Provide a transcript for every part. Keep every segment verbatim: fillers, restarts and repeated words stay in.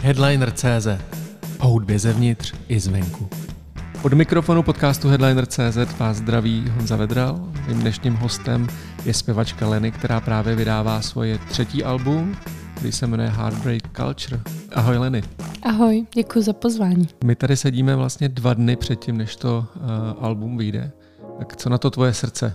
Headliner tečka cé zet. O hudbě zevnitř i zvenku. Od mikrofonu podcastu Headliner tečka cé zet vás zdraví Honza Vedral. Mým dnešním hostem je zpěvačka Lenny, která právě vydává svoje třetí album, který se jmenuje Heartbreak Culture. Ahoj Lenny. Ahoj, děkuji za pozvání. My tady sedíme vlastně dva dny předtím, než to uh, album vyjde. Tak co na to tvoje srdce?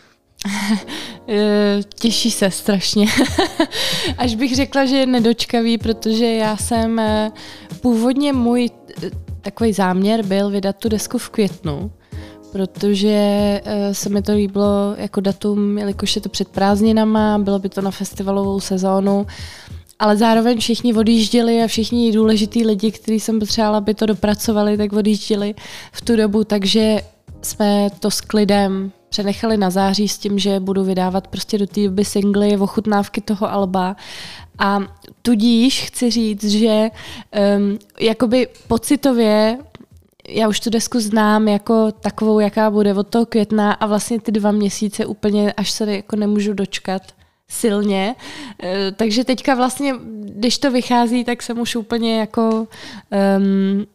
Těší se strašně. Až bych řekla, že je nedočkavý, protože já jsem původně můj takový záměr byl vydat tu desku v květnu, protože se mi to líbilo jako datum, jelikož je to před prázdninama, bylo by to na festivalovou sezónu, ale zároveň všichni odjížděli a všichni důležitý lidi, kteří jsem potřebovala, aby to dopracovali, tak odjížděli v tu dobu, takže jsme to s klidem přenechali na září s tím, že budu vydávat prostě do té doby singly, ochutnávky toho alba. A tudíž chci říct, že um, jakoby pocitově já už tu desku znám jako takovou, jaká bude od toho května a vlastně ty dva měsíce úplně až se jako nemůžu dočkat silně. Takže teďka vlastně, když to vychází, tak jsem už úplně jako um,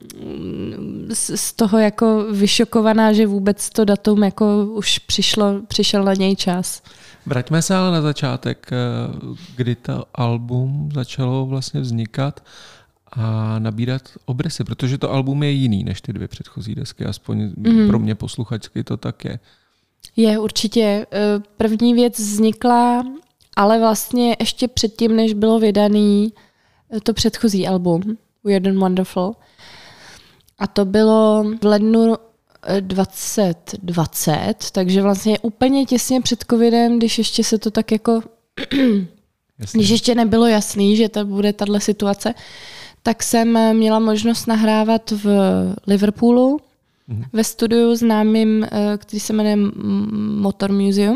z toho jako vyšokovaná, že vůbec to datum jako už přišlo, přišel na něj čas. Vraťme se ale na začátek, kdy to album začalo vlastně vznikat a nabírat obrysy, protože to album je jiný než ty dvě předchozí desky, aspoň mm. pro mě posluchačsky to tak je. Je určitě. První věc vznikla ale vlastně ještě předtím, než bylo vydaný to předchozí album Weird and Wonderful. A to bylo v lednu dvacet dvacet, takže vlastně úplně těsně před covidem, když ještě se to tak jako, když ještě nebylo jasný, že to bude tahle situace, tak jsem měla možnost nahrávat v Liverpoolu mm-hmm. ve studiu známým, který se jmenuje Motor Museum.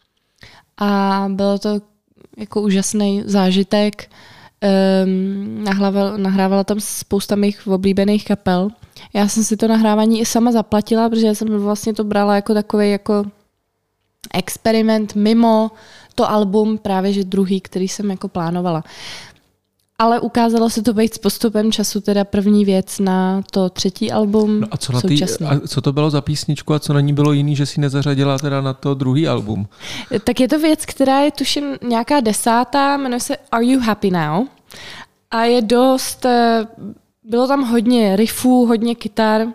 A bylo to jako úžasný zážitek. Um, nahrávala, nahrávala tam spousta mých oblíbených kapel. Já jsem si to nahrávání i sama zaplatila, protože jsem vlastně to brala jako takový jako experiment mimo to album, právě že druhý, který jsem jako plánovala. Ale ukázalo se to být s postupem času teda první věc na to třetí album. No a co, na tý, a co to bylo za písničku a co na ní bylo jiný, že si nezařadila teda na to druhý album? Tak je to věc, která je tuším nějaká desátá, jmenuje se Are You Happy Now? A je dost, bylo tam hodně riffů, hodně kytar,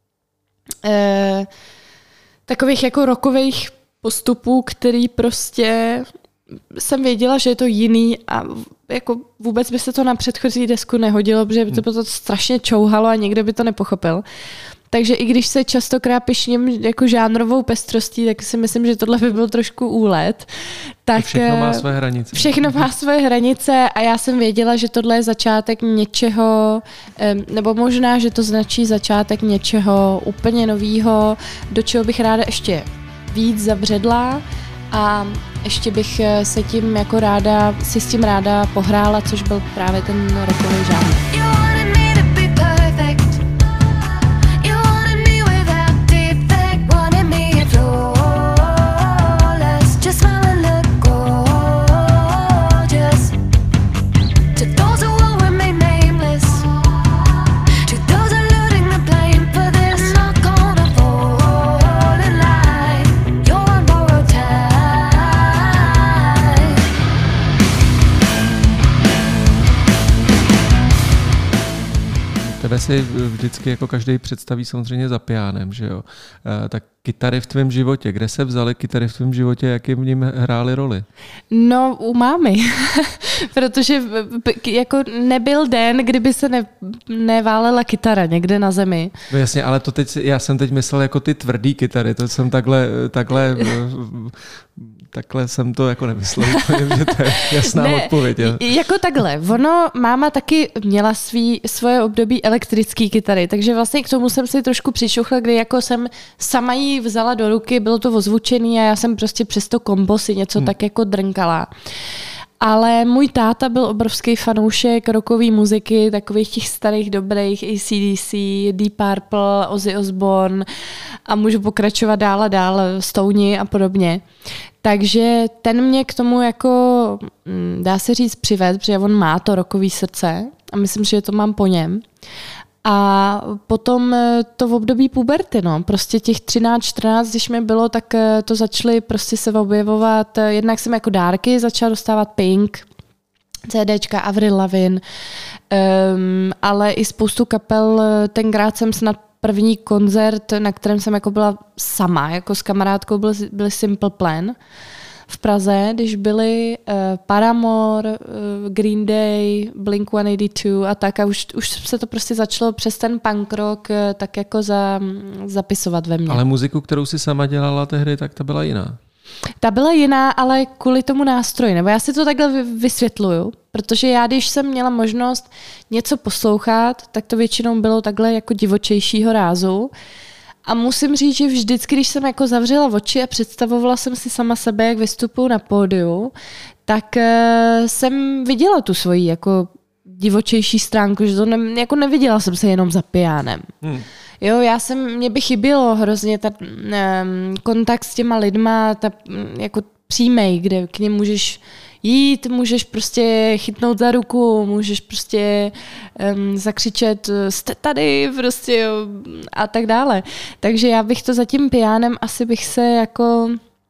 eh, takových jako rockových postupů, který prostě jsem věděla, že je to jiný a jako vůbec by se to na předchozí desku nehodilo, protože by to bylo strašně čouhalo a někdo by to nepochopil. Takže i když se častokrát pyšním jako žánrovou pestrostí, tak si myslím, že tohle by byl trošku úlet. Tak všechno má své hranice. Všechno má své hranice a já jsem věděla, že tohle je začátek něčeho, nebo možná, že to značí začátek něčeho úplně novýho, do čeho bych ráda ještě víc zabředla. A ještě bych se tím jako ráda, si s tím ráda pohrála, což byl právě ten rockový žánr. Tebe si vždycky jako každý představí samozřejmě za pianem, že jo? E, tak kytary v tvém životě, kde se vzaly kytary v tvém životě, jaké v něm hrály roli? No u mámy, protože jako nebyl den, kdyby se ne, neválela kytara někde na zemi. No jasně, ale to teď, já jsem teď myslel jako ty tvrdý kytary, to jsem takhle, takhle Takhle jsem to jako nemyslel, že to je jasná ne, odpověď. Jo. Jako takhle, ono, máma taky měla svý, svoje období elektrické kytary, takže vlastně k tomu jsem si trošku přišuchla, kdy jako jsem sama jí vzala do ruky, bylo to ozvučený a já jsem prostě přes to kombo si něco hmm. tak jako drnkala. Ale můj táta byl obrovský fanoušek rockové muziky, takových těch starých dobrých A C D C, Deep Purple, Ozzy Osbourne a můžu pokračovat dál a dál, Stoney a podobně. Takže ten mě k tomu jako, dá se říct, přived, protože on má to rockový srdce a myslím, že to mám po něm. A potom to v období puberty, no, prostě těch třináct čtrnáct, když mi bylo, tak to začaly prostě se objevovat, jednak jsem jako dárky začala dostávat Pink, CDčka, Avril Lavigne, um, ale i spoustu kapel, tenkrát jsem snad první koncert, na kterém jsem jako byla sama, jako s kamarádkou, byl, byly Simple Plan v Praze, když byli uh, Paramore, uh, Green Day, Blink one eighty-two a tak a už, už se to prostě začalo přes ten punk rock uh, tak jako za, zapisovat ve mně. Ale muziku, kterou si sama dělala tehdy, tak ta byla jiná. Ta byla jiná, ale kvůli tomu nástroji. Nebo já si to takhle vysvětluju, protože já, když jsem měla možnost něco poslouchat, tak to většinou bylo takhle jako divočejšího rázu. A musím říct, že vždycky, když jsem jako zavřela oči a představovala jsem si sama sebe, jak vystupuju na pódiu, tak uh, jsem viděla tu svoji jako divočejší stránku, že to ne, jako neviděla jsem se jenom za pijánem. Hmm. Jo, já jsem, mě by chybělo hrozně ta, um, kontakt s těma lidma, ta, jako přímej, kde k nim můžeš jít, můžeš prostě chytnout za ruku, můžeš prostě um, zakřičet, jste tady, prostě jo, a tak dále. Takže já bych to za tím pijánem asi bych se jako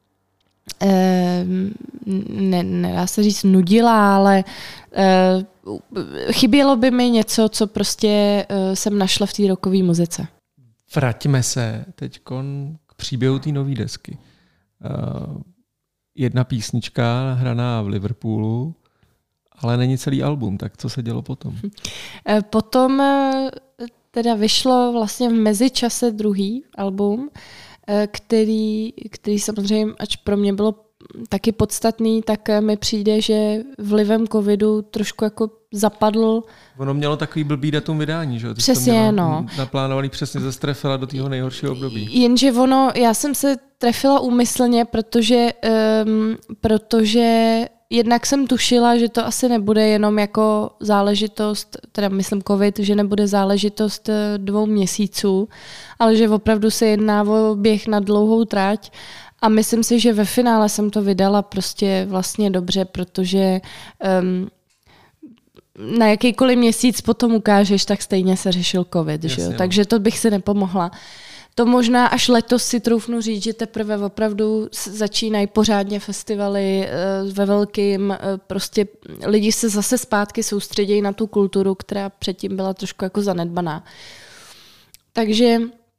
um, ne, nedá se říct nudila, ale uh, chybělo by mi něco, co prostě uh, jsem našla v té rockové muzice. Vraťme se teď k příběhu té nové desky. Uh, jedna písnička hraná v Liverpoolu, ale není celý album, tak co se dělo potom? Potom teda vyšlo vlastně v mezičase druhý album, který, který samozřejmě, ač pro mě bylo taky podstatný, tak mi přijde, že vlivem covidu trošku jako zapadl. Ono mělo takový blbý datum vydání, že jo? Přesně, no. Naplánovaný přesně ze strefila do tého nejhoršího období. Jenže ono, já jsem se trefila úmyslně, protože, um, protože jednak jsem tušila, že to asi nebude jenom jako záležitost, teda myslím covid, že nebude záležitost dvou měsíců, ale že opravdu se jedná o běh na dlouhou trať. A myslím si, že ve finále jsem to vydala prostě vlastně dobře, protože um, na jakýkoliv měsíc potom ukážeš, tak stejně se řešil covid, že jo? Takže to bych si nepomohla. To možná až letos si troufnu říct, že teprve opravdu začínají pořádně festivaly ve velkým, prostě lidi se zase zpátky soustředějí na tu kulturu, která předtím byla trošku jako zanedbaná. Takže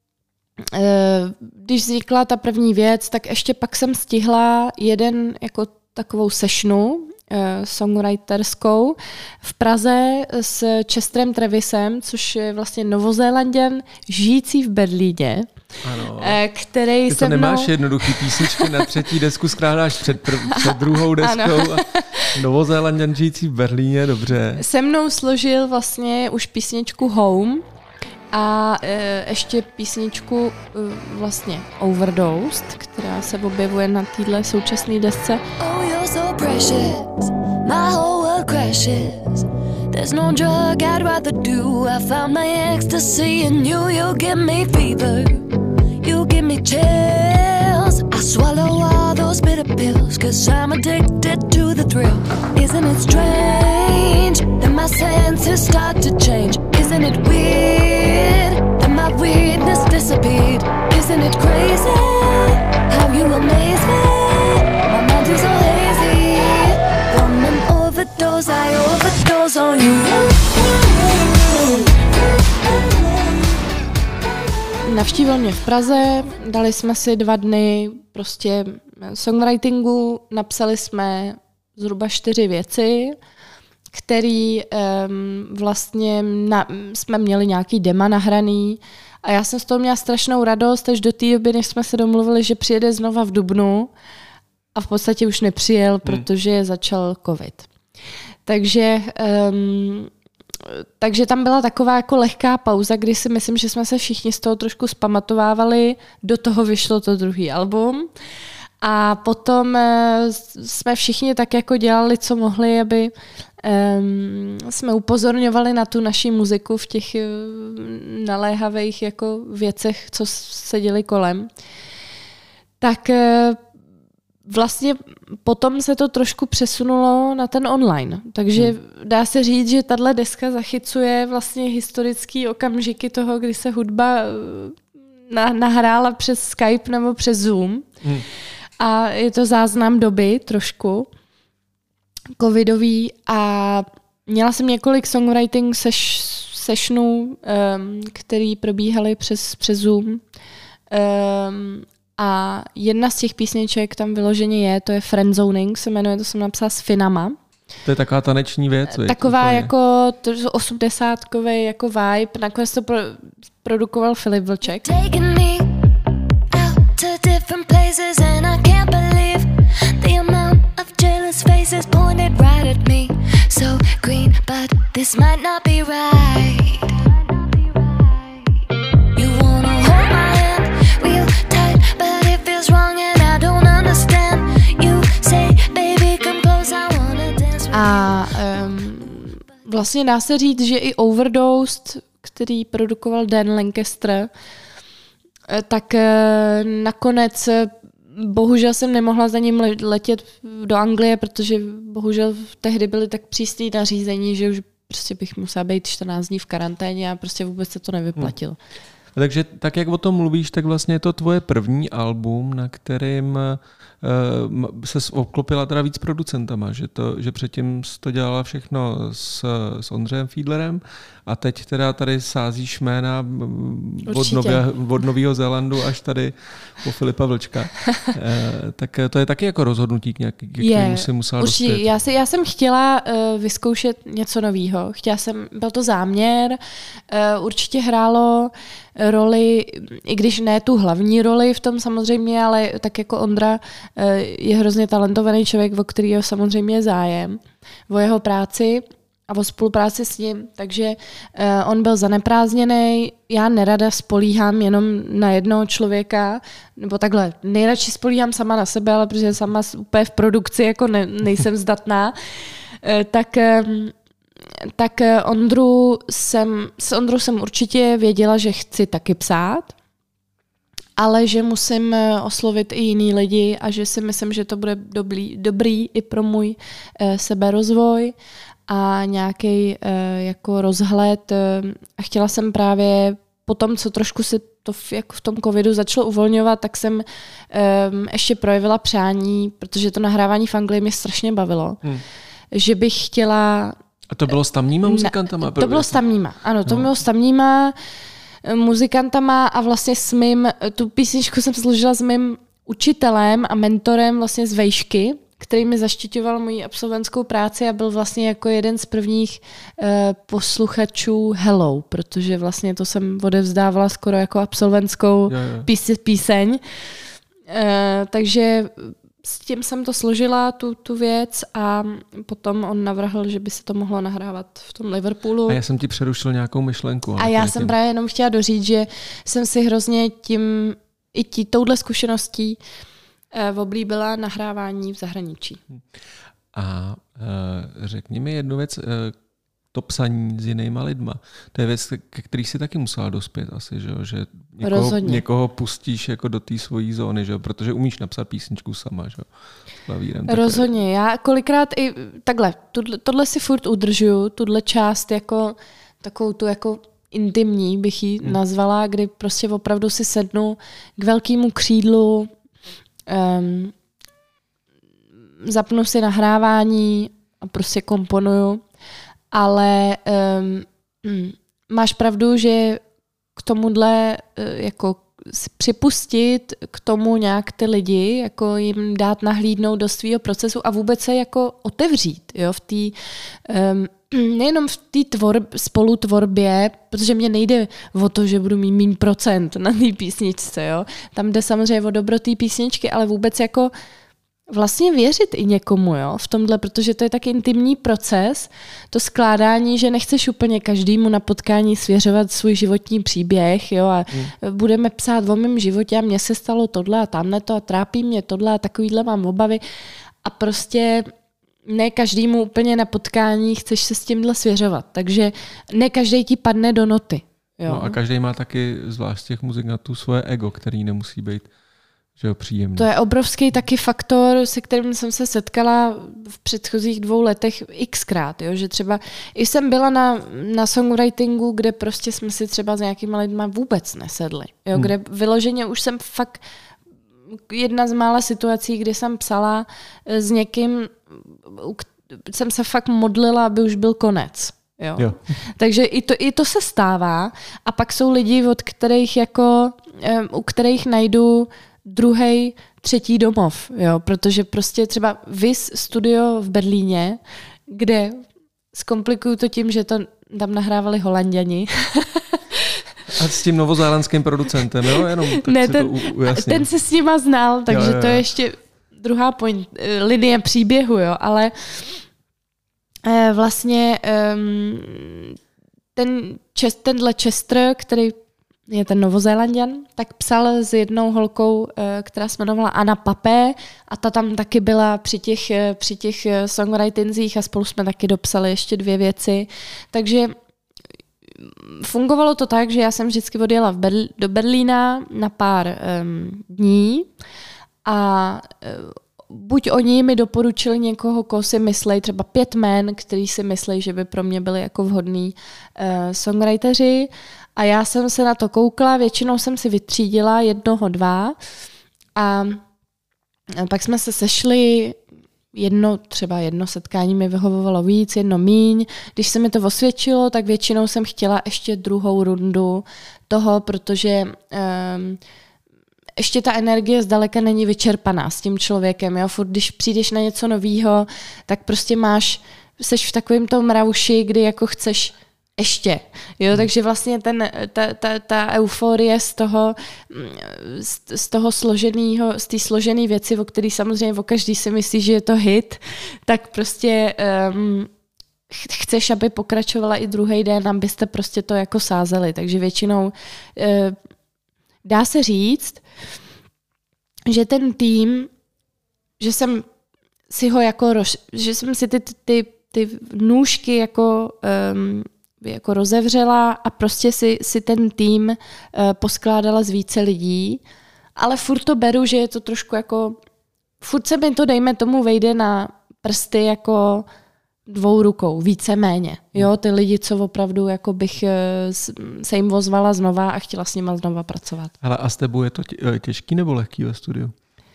když vznikla ta první věc, tak ještě pak jsem stihla jeden jako takovou sessionu songwriterskou v Praze s Chesterem Travisem, což je vlastně Novozélanďan žijící v Berlíně. Ano. Který Ty to se mnou... nemáš jednoduchý písničky, na třetí desku skládáš před, prv, před druhou deskou. A Novozélanďan žijící v Berlíně, dobře. Se mnou složil vlastně už písničku Home a e, ještě písničku e, vlastně Overdosed, která se objevuje na téhle současné desce. Oh, you're so precious, my whole world crashes. There's no drug I'd rather do. I found my ecstasy in you. You give me fever, you give me chills. I swallow all those bitter pills, cause I'm addicted to the thrill. Isn't it strange that my senses start to change? Isn't it weird that my weirdness disappeared? Isn't it crazy how you amaze me? My mind is so hazy from an overdose. I overdose on you. Navštívil mě v Praze, dali jsme si dva dny prostě songwritingu, napsali jsme zhruba čtyři věci, který um, vlastně na, jsme měli nějaký dema nahraný a já jsem z toho měla strašnou radost až do té doby, než jsme se domluvili, že přijede znova v dubnu a v podstatě už nepřijel, hmm. protože začal covid. Takže, um, takže tam byla taková jako lehká pauza, kdy si myslím, že jsme se všichni z toho trošku zpamatovávali, do toho vyšlo to druhý album. A potom uh, jsme všichni tak jako dělali, co mohli, aby um, jsme upozorňovali na tu naši muziku v těch uh, naléhavých jako věcech, co se děli kolem. Tak uh, vlastně potom se to trošku přesunulo na ten online. Takže hmm. dá se říct, že tahle deska zachycuje vlastně historický okamžiky toho, kdy se hudba nahrála přes Skype nebo přes Zoom. Hmm. A je to záznam doby trošku covidový a měla jsem několik songwriting seš, sessionů, um, který probíhaly přes, přes Zoom. Um, a jedna z těch písniček tam vyloženě je, to je Friendzoning, se jmenuje, to jsem napsala s Finama. To je taková taneční věc. Taková úplně. Jako osmdesátkový jako vibe. Nakonec to pro, produkoval Filip Vlček. To different places and I can't believe the amount of jealous faces pointed right at me. So green, but this might not be right. You wanna hold my hand real tight, but it feels wrong and I don't understand. You say, baby, come close, I wanna dance with you. A um, vlastně dá se říct, že i Overdosed, který produkoval Dan Lancaster, tak nakonec bohužel jsem nemohla za ním letět do Anglie, protože bohužel tehdy byly tak přísné nařízení, že už prostě bych musela být čtrnáct dní v karanténě a prostě vůbec se to nevyplatilo. Hmm. Takže tak, jak o tom mluvíš, tak vlastně je to tvoje první album, na kterým uh, se obklopila teda víc producentama, že, to, že předtím jsi to dělala všechno s, s Ondřejem Fiedlerem a teď teda tady sázíš jména od, nově, od Nového Zélandu až tady po Filipa Vlčka. uh, tak to je taky jako rozhodnutí, k kterému si musela určitě. dospět. Já, si, já jsem chtěla uh, vyzkoušet něco nového. Chtěla jsem, byl to záměr, uh, určitě hrálo roli, i když ne tu hlavní roli v tom samozřejmě, ale tak jako Ondra je hrozně talentovaný člověk, o kterého samozřejmě je zájem, o jeho práci a o spolupráci s ním, takže on byl zaneprázdněný. Já nerada spolíhám jenom na jednoho člověka, nebo takhle, nejradši spolíhám sama na sebe, ale protože sama úplně v produkci jako ne, nejsem zdatná, tak tak Ondru jsem, s Ondrou jsem určitě věděla, že chci taky psát, ale že musím oslovit i jiný lidi a že si myslím, že to bude dobrý, dobrý i pro můj eh, seberozvoj a nějaký eh, jako rozhled. A chtěla jsem právě po tom, co trošku se to v, jako v tom covidu začalo uvolňovat, tak jsem eh, ještě projevila přání, protože to nahrávání v Anglii mě strašně bavilo, hmm. že bych chtěla... A to bylo s tamníma muzikantama? Ne, to bylo s tamníma, ano, to no. bylo s tamníma muzikantama a vlastně s mým, tu písničku jsem složila s mým učitelem a mentorem vlastně z vejšky, který mi zaštiťoval moji absolventskou práci a byl vlastně jako jeden z prvních uh, posluchačů Hello, protože vlastně to jsem odevzdávala skoro jako absolventskou pís, píseň. Uh, takže s tím jsem to složila, tu, tu věc a potom on navrhl, že by se to mohlo nahrávat v tom Liverpoolu. A já jsem ti přerušil nějakou myšlenku. A já jsem tím... právě jenom chtěla doříct, že jsem si hrozně tím, i tí, touhle zkušeností eh, oblíbila nahrávání v zahraničí. A eh, řekni mi jednu věc, eh, to psaní s jinýma lidma. To je věc, ke který si taky musela dospět asi, že, že někoho, někoho pustíš jako do té svojí zóny, že? Protože umíš napsat písničku sama. Že? Klavírem, rozhodně. Já kolikrát i takhle, tohle, tohle si furt udržuju, tuhle část jako takovou tu jako intimní bych ji hmm. nazvala, kdy prostě opravdu si sednu k velkému křídlu, um, zapnu si nahrávání a prostě komponuju. Ale um, máš pravdu, že k tomuhle uh, jako připustit k tomu nějak ty lidi, jako jim dát nahlídnout do svého procesu a vůbec se jako otevřít, jo, v té um, nejenom v té tvor, spolutvorbě, protože mě nejde o to, že budu mít míň procent na té písničce, jo. Tam jde samozřejmě o dobro té písničky, ale vůbec jako vlastně věřit i někomu, jo, v tomhle, protože to je tak intimní proces, to skládání, že nechceš úplně každému na potkání svěřovat svůj životní příběh, jo, a mm. budeme psát o mém životě a mně se stalo tohle a tamhle to a trápí mě tohle a takovýhle mám obavy a prostě ne každému úplně na potkání chceš se s tímhle svěřovat, takže ne každý ti padne do noty. Jo. No a každý má taky, zvlášť těch muzikantů, svoje ego, který nemusí být že jo, příjemný. To je obrovský taky faktor, se kterým jsem se setkala v předchozích dvou letech xkrát, jo? Že třeba i jsem byla na, na songwritingu, kde prostě jsme si třeba s nějakýma lidma vůbec nesedli, jo? Hmm. Kde vyloženě už jsem fakt jedna z mála situací, kdy jsem psala s někým, jsem se fakt modlila, aby už byl konec. Jo. Jo. Takže i to, i to se stává a pak jsou lidi, od kterých jako, um, u kterých najdu druhej, třetí domov, jo, protože prostě třeba Vis studio v Berlíně, kde zkomplikuju to tím, že to tam nahrávali Holanďani. A s tím novozélandským producentem, jo? Jenom tak ne, si ten, to ujasním. Ten se s nima znal, takže jo, jo, jo. To je ještě druhá point, linie příběhu, jo, ale eh, vlastně um, ten, čest, tenhle Chester, který je ten Novozélanďan, tak psal s jednou holkou, která se jmenovala Anna Papé a ta tam taky byla při těch, při těch songwritingzích a spolu jsme taky dopsali ještě dvě věci. Takže fungovalo to tak, že já jsem vždycky odjela v Berl- do Berlína na pár um, dní a uh, buď oni mi doporučili někoho, koho si myslej, třeba pět men, který si myslej, že by pro mě byli jako vhodní uh, songwriteři. A já jsem se na to koukla, většinou jsem si vytřídila jednoho, dva a pak jsme se sešli, jedno, třeba jedno setkání mi vyhovovalo víc, jedno míň. Když se mi to osvědčilo, tak většinou jsem chtěla ještě druhou rundu toho, protože um, ještě ta energie zdaleka není vyčerpaná s tím člověkem. Jo? Furt, když přijdeš na něco novýho, tak prostě máš, seš v takovém tom rauši, kdy jako chceš ještě. Jo, takže vlastně ten, ta, ta, ta euforie z toho, z, z toho složeného, z té složené věci, o který samozřejmě o každý si myslí, že je to hit, tak prostě um, chceš, aby pokračovala i druhý den, abyste prostě to jako sázeli. Takže většinou uh, dá se říct, že ten tým, že jsem si ho jako, roz, že jsem si ty, ty, ty nůžky jako um, jako rozevřela a prostě si, si ten tým uh, poskládala z více lidí, ale furt to beru, že je to trošku jako, furt se mi to, dejme tomu, vejde na prsty jako dvou rukou, víceméně. Jo, ty lidi, co opravdu jako bych uh, se jim ozvala znova a chtěla s nima znova pracovat. Ale a s tebou je to těžký nebo lehký ve studiu?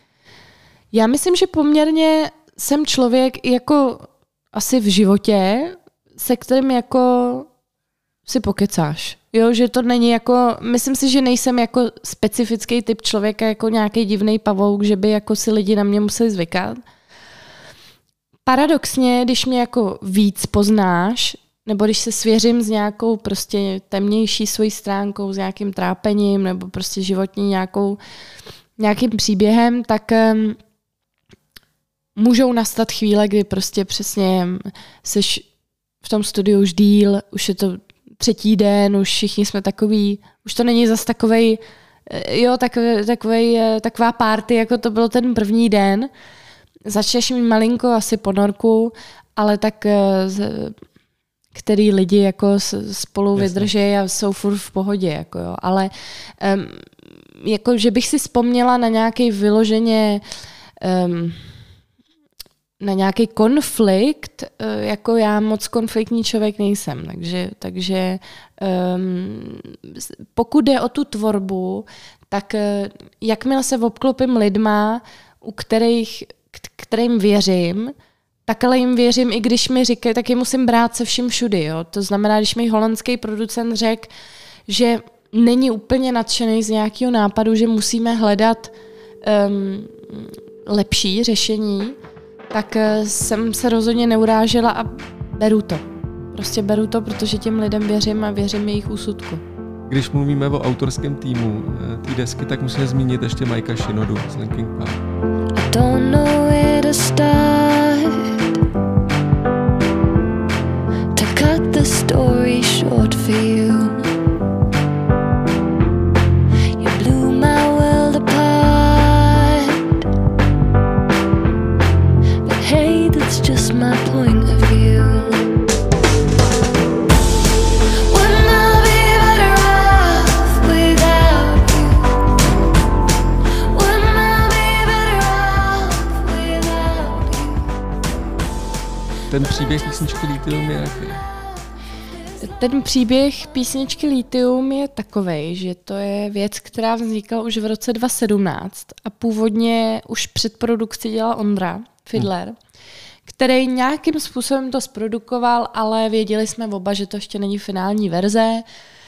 Já myslím, že poměrně jsem člověk jako asi v životě, se kterým jako si pokecáš. Jo, že to není jako, myslím si, že nejsem jako specifický typ člověka, jako nějaký divný pavouk, že by jako si lidi na mě museli zvykat. Paradoxně, když mě jako víc poznáš, nebo když se svěřím s nějakou prostě temnější svojí stránkou, s nějakým trápením, nebo prostě životní nějakou, nějakým příběhem, tak um, můžou nastat chvíle, kdy prostě přesně seš v tom studiu už díl, už je to třetí den, už všichni jsme takový, už to není zas takovej, jo, takovej, takovej, taková party, jako to bylo ten první den. Začneš mít malinko asi ponorku, ale tak který lidi jako spolu vydrží a jsou furt v pohodě, jako jo. Ale um, jako, že bych si vzpomněla na nějaký vyloženě um, na nějaký konflikt, jako já moc konfliktní člověk nejsem, takže, takže um, pokud jde o tu tvorbu, tak jakmile se obklopím lidma, u kterých, kterým věřím, tak ale jim věřím, i když mi říkají, tak je musím brát se vším všudy. Jo? To znamená, když mi holandský producent řekl, že není úplně nadšený z nějakého nápadu, že musíme hledat um, lepší řešení, tak jsem se rozhodně neurážela a beru to. Prostě beru to, protože těm lidem věřím a věřím jejich úsudku. Když mluvíme o autorském týmu té desky, tak musíme zmínit ještě Mikea Shinodu z Linkin Park. I don't know where to start to cut the story short for you. You blew my world apart, but hey, that's just my point of view. příběh písničky Lithium je jaký? Ten příběh písničky Lithium je takovej, že to je věc, která vznikla už v roce dva tisíce sedmnáct a původně už předprodukci dělal Ondra Fiedler, hmm. který nějakým způsobem to zprodukoval, ale věděli jsme oba, že to ještě není finální verze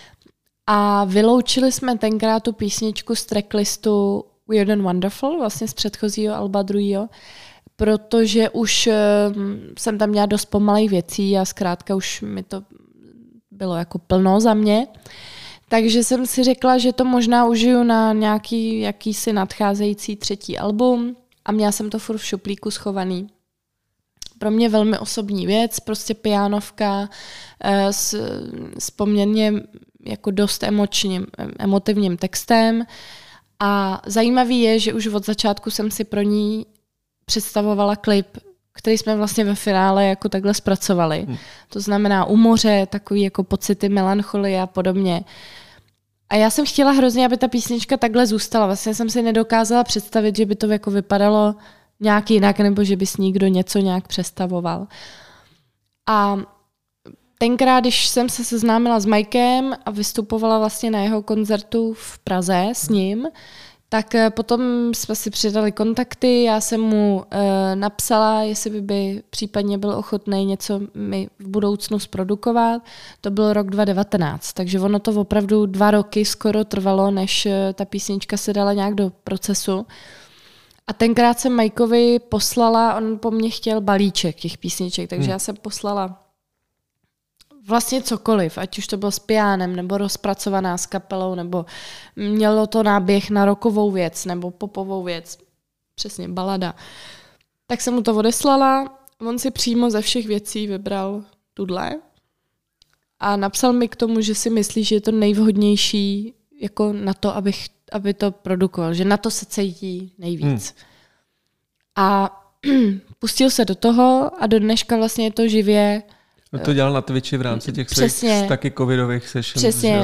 a vyloučili jsme tenkrát tu písničku z tracklistu Weird and Wonderful, vlastně z předchozího alba druhýho, protože už jsem tam měla dost pomalých věcí a zkrátka už mi to bylo jako plno za mě. Takže jsem si řekla, že to možná užiju na nějaký jakýsi nadcházející třetí album a měla jsem to furt v šuplíku schovaný. Pro mě velmi osobní věc, prostě pianovka s, s poměrně jako dost emočním, emotivním textem a zajímavý je, že už od začátku jsem si pro ní představovala klip, který jsme vlastně ve finále jako takhle zpracovali. Hmm. To znamená u moře, takový jako pocity melancholie a podobně. A já jsem chtěla hrozně, aby ta písnička takhle zůstala. Vlastně jsem si nedokázala představit, že by to jako vypadalo nějak jinak, nebo že by s ní kdo něco nějak přestavoval. A tenkrát, když jsem se seznámila s Mikem a vystupovala vlastně na jeho koncertu v Praze s ním, tak potom jsme si přidali kontakty, já jsem mu e, napsala, jestli by, by případně byl ochotný něco mi v budoucnu zprodukovat. To byl rok dva tisíce devatenáct, takže ono to opravdu dva roky skoro trvalo, než ta písnička se dala nějak do procesu. A tenkrát jsem Mikeovi poslala, on po mně chtěl balíček těch písniček, takže hmm. já jsem poslala vlastně cokoliv, ať už to bylo s pianem, nebo rozpracovaná s kapelou, nebo mělo to náběh na rockovou věc, nebo popovou věc, přesně balada. Tak jsem mu to odeslala, on si přímo ze všech věcí vybral tudle a napsal mi k tomu, že si myslí, že je to nejvhodnější jako na to, abych, aby to produkoval, že na to se cítí nejvíc. Hmm. A pustil se do toho a do dneška vlastně je to živě. To dělal na Twitchi v rámci těch svých taky covidových sessions. Přesně.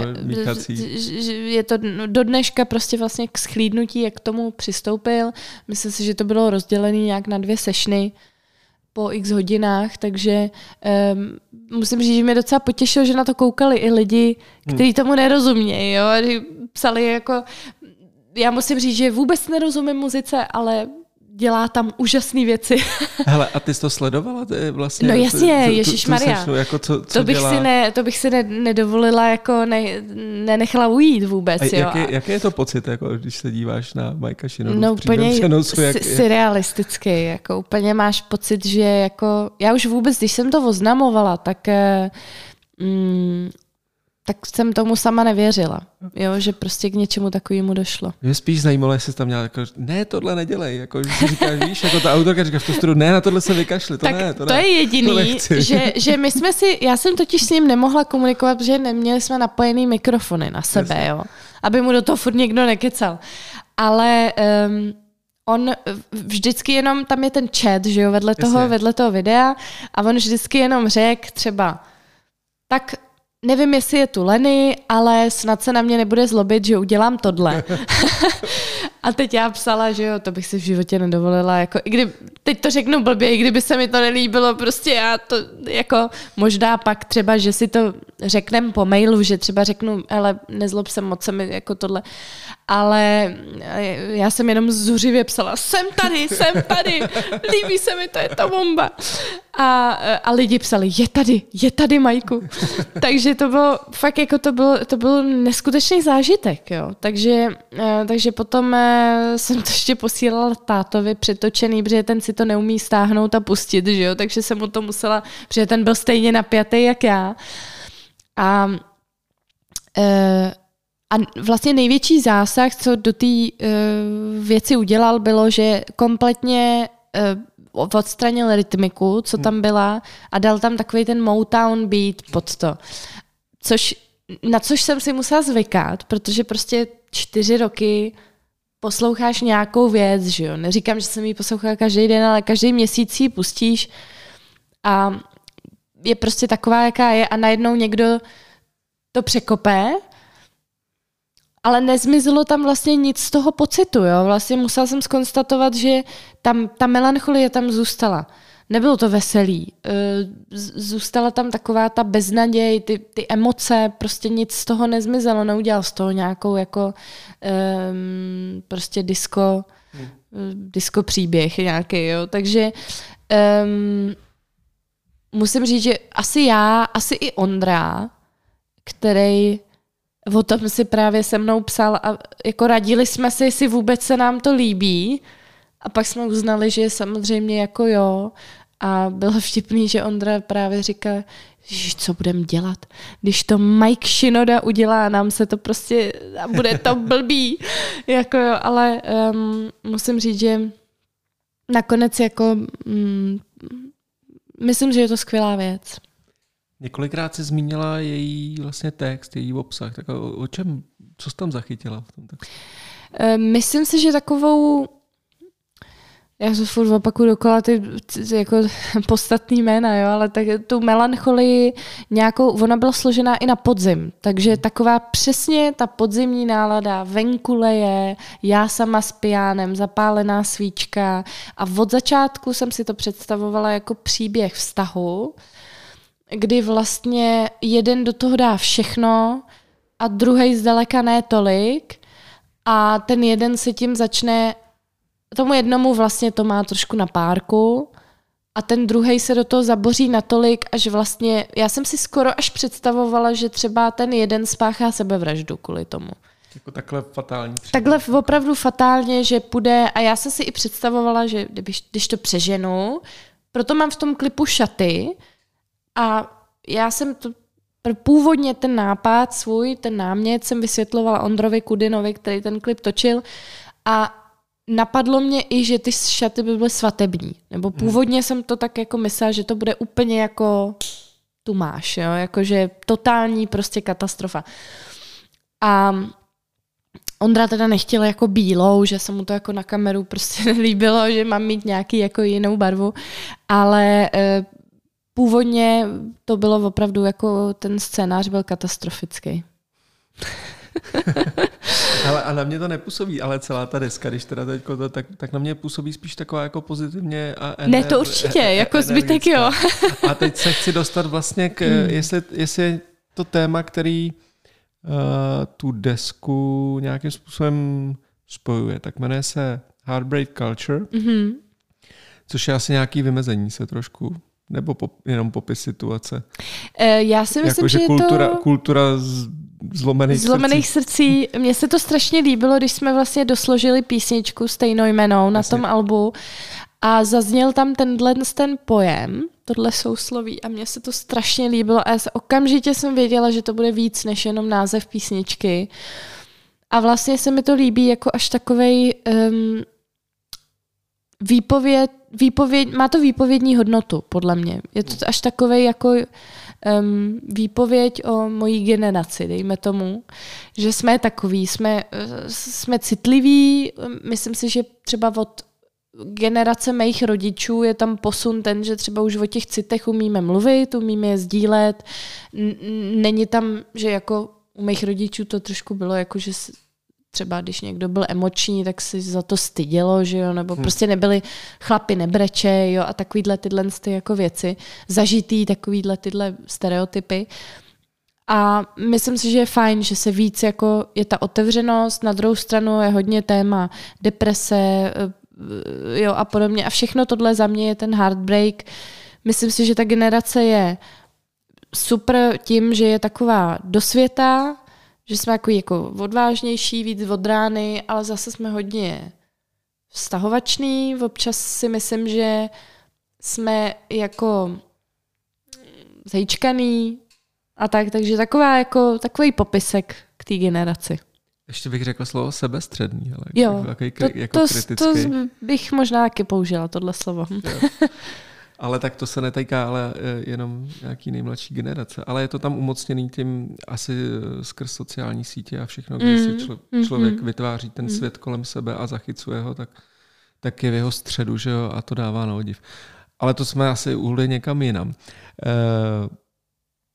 Je to do dneška prostě vlastně k schlídnutí, jak k tomu přistoupil. Myslím si, že to bylo rozdělené nějak na dvě sessiony po x hodinách, takže um, musím říct, že mě docela potěšilo, že na to koukali i lidi, kteří tomu nerozumějí. Jo? Psali jako, já musím říct, že vůbec nerozumím muzice, ale dělá tam úžasné věci. Hele, a ty jsi to sledovala? Ty vlastně, no jasně, ježišmarja. Jako co, co to bych dělá? si, ne, to bych si ne, nedovolila, jako ne, nenechala ujít vůbec. A jo. Jaký, jaký je to pocit, jako, když se díváš na Mikea Shinodu no, v přímém přenosu? Jak, si, surrealistický. Jako, úplně máš pocit, že jako, já už vůbec, když jsem to oznamovala, tak... Mm, tak jsem tomu sama nevěřila, jo, že prostě k něčemu takovému došlo. Mě spíš zajímalo, jestli jsi tam měla jako, ne, tohle nedělej, jako, že si říkáš, víš, jako ta autorka říká v tom studiu, ne, na tohle se vykašli, to tak ne, to, to ne. je jediný, že, že my jsme si, já jsem totiž s ním nemohla komunikovat, protože neměli jsme napojený mikrofony na sebe, Jasně. jo, aby mu do toho furt někdo nekecal. Ale um, on vždycky jenom, tam je ten chat, že jo, vedle toho, Jasně. vedle toho videa a on vždycky jenom řekl třeba, tak nevím, jestli je tu Lenny, ale snad se na mě nebude zlobit, že udělám tohle. A teď já psala, že jo, to bych si v životě nedovolila. Jako, i kdy, teď to řeknu blbě, i kdyby se mi to nelíbilo, prostě já to jako možná pak třeba, že si to řekneme po mailu, že třeba řeknu, hele, nezlob se moc se mi jako tohle. Ale já jsem jenom zuřivě psala, jsem tady, jsem tady, líbí se mi to, je to bomba. A, a lidi psali, je tady, je tady, Majku. Takže to bylo, fakt jako to byl, to byl neskutečný zážitek, jo. Takže, takže potom jsem to ještě posílala tátovi přetočený, protože ten si to neumí stáhnout a pustit, že jo, takže jsem mu to musela, protože ten byl stejně napjatý jak já. A, a vlastně největší zásah, co do té věci udělal, bylo, že kompletně odstranil rytmiku, co tam byla a dal tam takový ten Motown beat pod to. Což, na což jsem si musela zvykat, protože prostě čtyři roky posloucháš nějakou věc, že jo. Neříkám, že jsem ji poslouchala každý den, ale každý měsíc ji pustíš a je prostě taková, jaká je a najednou někdo to překope, ale nezmizelo tam vlastně nic z toho pocitu, jo. Vlastně musela jsem zkonstatovat, že tam ta melancholie tam zůstala. nebylo to veselý. Zůstala tam taková ta beznaděj, ty, ty emoce, prostě nic z toho nezmizelo, neudělal z toho nějakou jako um, prostě disco, hmm. disco příběh nějaký, jo. Takže um, musím říct, že asi já, asi i Ondra, který o tom si právě se mnou psal a jako radili jsme si, jestli vůbec se nám to líbí. A pak jsme uznali, že samozřejmě jako jo. A bylo vtipný, že Ondra právě říká, že co budeme dělat, když to Mike Shinoda udělá, nám se to prostě, a bude to blbý. jako jo, ale um, musím říct, že nakonec jako um, myslím, že je to skvělá věc. Několikrát si zmínila její vlastně text, její obsah. Tak o, o čem, co jsi tam zachytila v tom textu? Myslím si, že takovou, já se furt opakuju dokola ty, ty jako podstatný jména, jo, ale tak tu melancholii nějakou, ona byla složená i na podzim, takže taková přesně ta podzimní nálada, venku leje, já sama s pijánem, zapálená svíčka a od začátku jsem si to představovala jako příběh vztahu, kdy vlastně jeden do toho dá všechno a druhej zdaleka ne tolik a ten jeden se tím začne, tomu jednomu vlastně to má trošku na párku a ten druhej se do toho zaboří natolik, až vlastně, já jsem si skoro až představovala, že třeba ten jeden spáchá sebevraždu kvůli tomu. Jako takhle fatální příběh. Takhle opravdu fatálně, že půjde a já jsem si i představovala, že když, když to přeženu, proto mám v tom klipu šaty, a já jsem to původně ten nápad svůj, ten námět jsem vysvětlovala Ondrovi Kudinovi, který ten klip točil a napadlo mě i, že ty šaty by byly svatební. Nebo původně hmm. jsem to tak jako myslela, že to bude úplně jako tu máš, jo? Jakože totální prostě katastrofa. A Ondra teda nechtěl jako bílou, že se mu to jako na kameru prostě nelíbilo, že mám mít nějaký jako jinou barvu, ale původně to bylo opravdu jako ten scénář byl katastrofický. Ale a na mě to nepůsobí, ale celá ta deska, když teda teďko to, tak, tak na mě působí spíš taková jako pozitivně a ener- Ne, to určitě, e- jako zbytek jo. A teď se chci dostat vlastně k, hmm. jestli, jestli je to téma, který uh, tu desku nějakým způsobem spojuje, tak jmenuje se Heartbreak Culture, mm-hmm. což je asi nějaký vymezení se trošku. Nebo pop, jenom popis situace? E, já si myslím, jako, že, že kultura, to... kultura z, zlomených, zlomených srdcí. srdcí. Mně se to strašně líbilo, když jsme vlastně dosložili písničku stejnojmennou na tom albu a zazněl tam tenhle ten pojem, tohle sousloví a mně se to strašně líbilo a já se, okamžitě jsem věděla, že to bude víc než jenom název písničky. A vlastně se mi to líbí jako až takovej um, výpověd Výpověd, má to výpovědní hodnotu, podle mě. Je to až takovej jako um, výpověď o mojí generaci, dejme tomu, že jsme takový, jsme, jsme citliví, myslím si, že třeba od generace mých rodičů je tam posun ten, že třeba už o těch citech umíme mluvit, umíme je sdílet, není tam, že jako u mých rodičů to trošku bylo jako, že třeba když někdo byl emoční, tak si za to stydělo, že jo, nebo hmm. prostě nebyli chlapi nebreče, jo, a takovýhle tyhle ty jako věci, zažitý takovýhle tyhle stereotypy. A myslím si, že je fajn, že se víc jako je ta otevřenost, na druhou stranu je hodně téma deprese, jo, a podobně. A všechno tohle za mě je ten heartbreak. Myslím si, že ta generace je super tím, že je taková dosvětá, že jsme jako, jako odvážnější, víc od rány, ale zase jsme hodně vztahovační. Občas si myslím, že jsme jako zajíčkaný a tak, takže taková jako, takový popisek k té generaci. Ještě bych řekla slovo sebestředný, ale jo, takový, to, jako to, kritický. To bych možná taky použila, tohle slovo. Ale tak to se netýká ale jenom nějaký nejmladší generace. Ale je to tam umocněný tím asi skrz sociální sítě a všechno, když mm, si člo, člověk mm, vytváří ten mm. svět kolem sebe a zachycuje ho, tak, tak je v jeho středu, že jo, a to dává na odiv. Ale to jsme asi uhli někam jinam.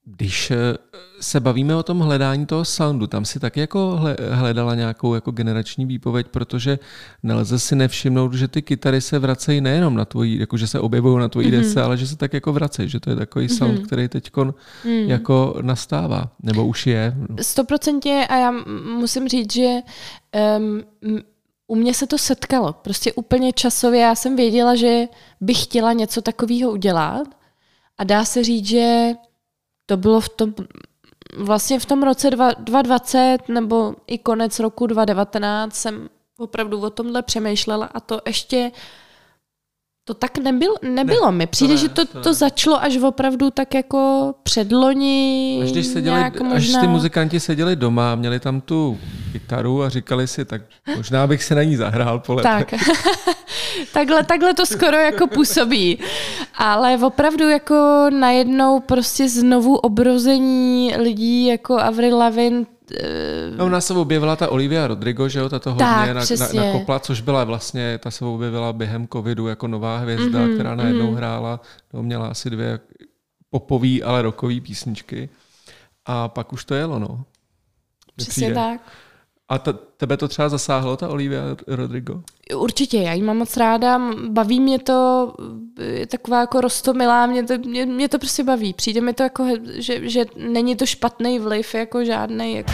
Když se bavíme o tom hledání toho soundu, tam si taky jako hledala nějakou jako generační výpověď, protože nelze si nevšimnout, že ty kytary se vracejí nejenom na tvojí, jako že se objevují na tvojí mm-hmm. desce, ale že se tak jako vracejí, že to je takový mm-hmm. sound, který teďkon mm. jako nastává, nebo už je. Stoprocentně a já musím říct, že um, u mě se to setkalo. Prostě úplně časově já jsem věděla, že bych chtěla něco takového udělat a dá se říct, že to bylo v tom, vlastně v tom roce dva tisíce dvacet nebo i konec roku dva tisíce devatenáct jsem opravdu o tomhle přemýšlela a to ještě to tak nebylo, nebylo ne, mi. Přijde, to ne, že to, to, to začalo až opravdu tak jako předloni. Až, když seděli, možná... až ty muzikanti seděli doma, měli tam tu kytaru a říkali si, tak možná bych se na ní zahrál po letech. Tak. takhle, takhle to skoro jako působí. Ale opravdu jako najednou prostě znovu obrození lidí jako Avril Lavigne. No, ona se objevila ta Olivia Rodrigo, že jo, ta to hodně tak, na, na, nakopla, což byla vlastně, ta se objevila během covidu jako nová hvězda, mm-hmm, která najednou mm-hmm. hrála, no, měla asi dvě popový, ale rockový písničky. A pak už to jelo, no. Přesně tak. A ta, tebe to třeba zasáhlo, ta Olivia Rodrigo? Určitě, já ji mám moc ráda, baví mě to, je taková jako roztomilá, mě to, mě, mě to prostě baví. Přijde mi to jako, že, že není to špatný vliv, jako žádnej. Jako...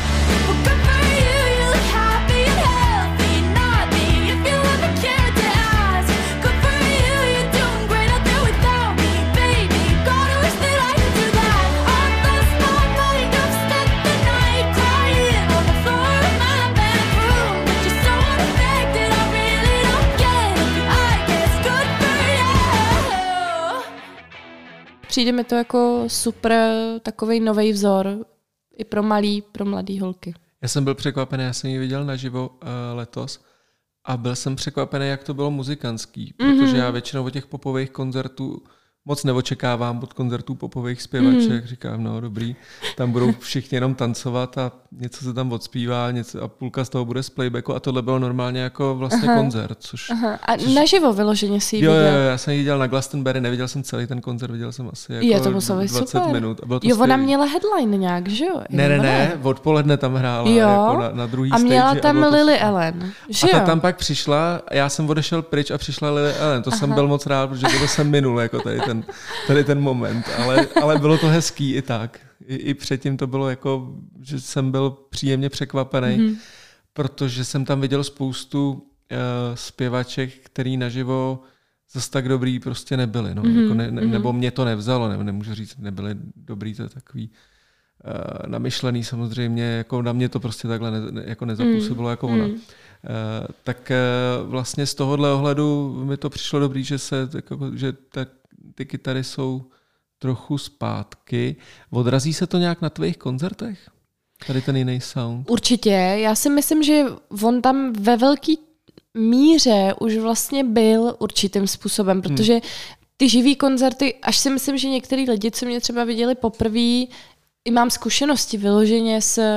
Přijde mi to jako super takovej novej vzor i pro malý, pro mladý holky. Já jsem byl překvapený, já jsem ji viděl naživo uh, letos a byl jsem překvapený, jak to bylo muzikantský, mm-hmm. protože já většinou od těch popových koncertů moc neočekávám od koncertů popových zpěvaček. Mm. Říkám, no dobrý, tam budou všichni jenom tancovat a něco se tam odspívá něco, a půlka z toho bude z playbacku a tohle bylo normálně jako vlastně aha. koncert. Což, aha. A což... naživo vyloženě si ji jo, viděl? Jo, já jsem ji viděl na Glastonbury, neviděl jsem celý ten koncert, viděl jsem asi jako je, to dvacet super. minut. A bylo to jo, ona stejný. Měla headline nějak, že jo? Ne, ne, ne, odpoledne tam hrála jo. jako na, na druhý a stage. Měla tam a Lily to... Allen, že a ta jo? tam pak přišla, já jsem odešel pryč a přišla Lily Allen. To aha. jsem byl moc rád, protože to jsem minul, jako tady ten, tady ten moment, ale, ale bylo to hezký i tak. I, I předtím to bylo jako, že jsem byl příjemně překvapený, mm-hmm. protože jsem tam viděl spoustu uh, zpěvaček, který naživo zase tak dobrý prostě nebyli. No. Mm-hmm. Jako ne, ne, nebo mě to nevzalo, ne, nemůžu říct, nebyli dobrý, to je takový uh, namyšlený samozřejmě, jako na mě to prostě takhle ne, ne, jako nezapůsobilo mm-hmm. jako ona. Uh, tak uh, vlastně z tohohle ohledu mi to přišlo dobrý, že, se, jako, že ta, ty kytary jsou trochu zpátky. Odrazí se to nějak na tvých koncertech? Tady ten jiný sound? Určitě. Já si myslím, že on tam ve velký míře už vlastně byl určitým způsobem, protože ty živý koncerty, až si myslím, že některý lidi, co mě třeba viděli poprvé, i mám zkušenosti vyloženě s,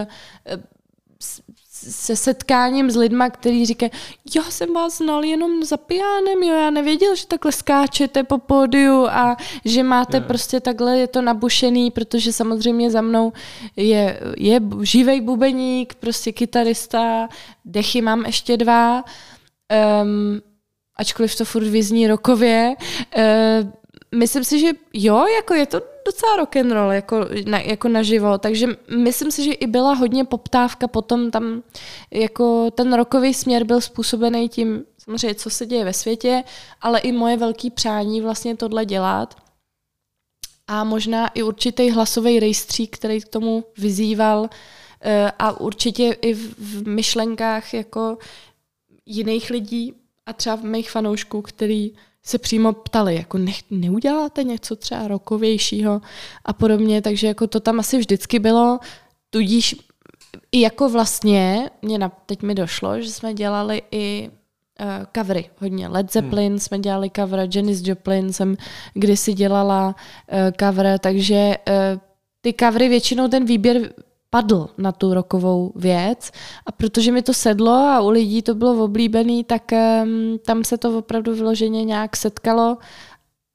se setkáním s lidma, kteří říkají, já jsem vás znal jenom za pijánem, jo, já nevěděl, že takhle skáčete po pódiu a že máte yeah. prostě takhle, je to nabušený, protože samozřejmě za mnou je, je živej bubeník, prostě kytarista, dechy mám ještě dva, um, ačkoliv to furt vyzní rokově. Uh, myslím si, že jo, jako je to docela rock'n'roll jako, na, jako naživo, takže myslím si, že i byla hodně poptávka potom tam, jako ten rockový směr byl způsobený tím, samozřejmě, co se děje ve světě, ale i moje velké přání vlastně tohle dělat. A možná i určitý hlasový rejstřík, který k tomu vyzýval a určitě i v myšlenkách jako jiných lidí a třeba v mých fanoušků, který se přímo ptali, jako ne, neuděláte něco třeba rockovějšího a podobně, takže jako to tam asi vždycky bylo, tudíž i jako vlastně, mě na, teď mi došlo, že jsme dělali i uh, covery hodně. Led Zeppelin hmm. jsme dělali cover, Janis Joplin jsem kdysi dělala uh, cover, takže uh, ty covery většinou ten výběr padl na tu rockovou věc a protože mi to sedlo a u lidí to bylo oblíbený, tak um, tam se to opravdu vyloženě nějak setkalo